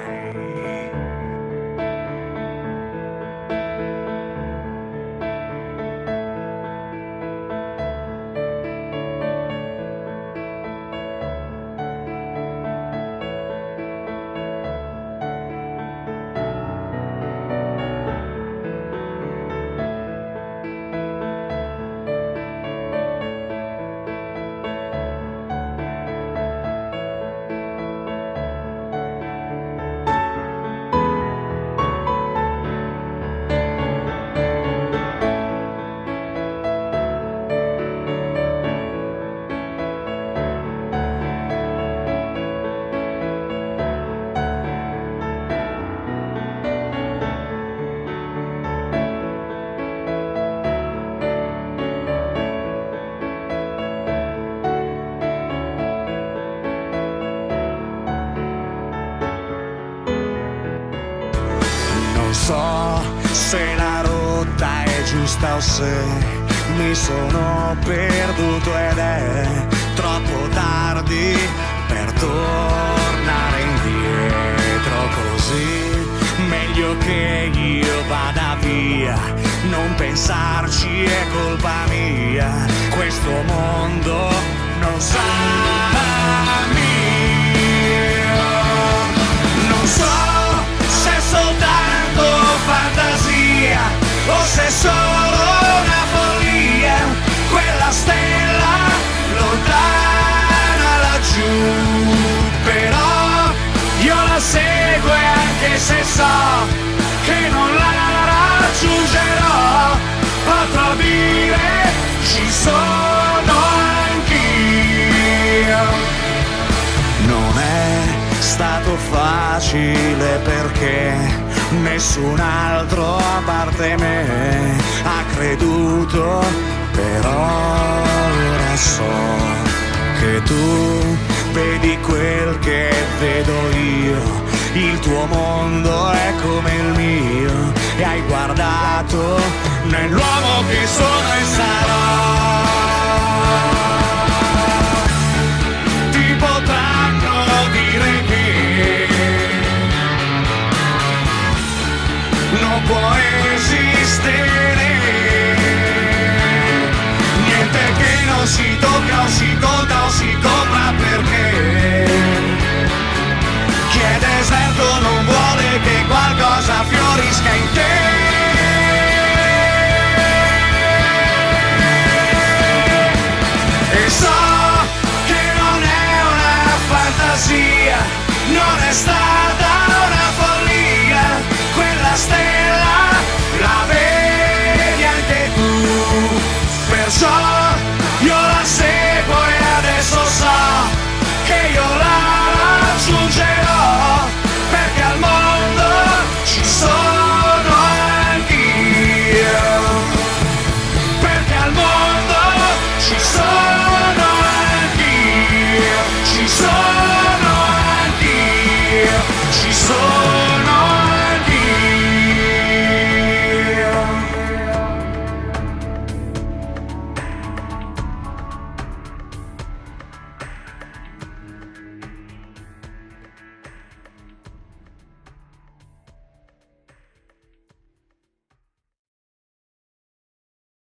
Se la rotta è giusta o se mi sono perduto ed è troppo tardi per tornare indietro, così meglio che io vada via, non pensarci è colpa mia, questo mondo non sa mio, non so se è soltanto fantasia o se è solo una follia, quella stella lontana laggiù, però io la seguo e anche se so che non la raggiungerò, potrò dire ci sono anch'io. Non è stato facile perché nessun altro a parte me ha creduto, però ora so che tu vedi quel che vedo io. Il tuo mondo è come il mio e hai guardato nell'uomo che sono e sarò. Ti potranno dire che non può esistere niente che non si tocca o si conta o si compra, perché chi è deserto non vuole che qualcosa fiorisca in te. E so che non è una fantasia, non è stata una follia, quella stella la vedi anche tu, perciò io la seguo e adesso so che io la raggiungerò, perché al mondo ci sono anch'io, perché al mondo ci sono anch'io, ci sono anch'io, ci sono.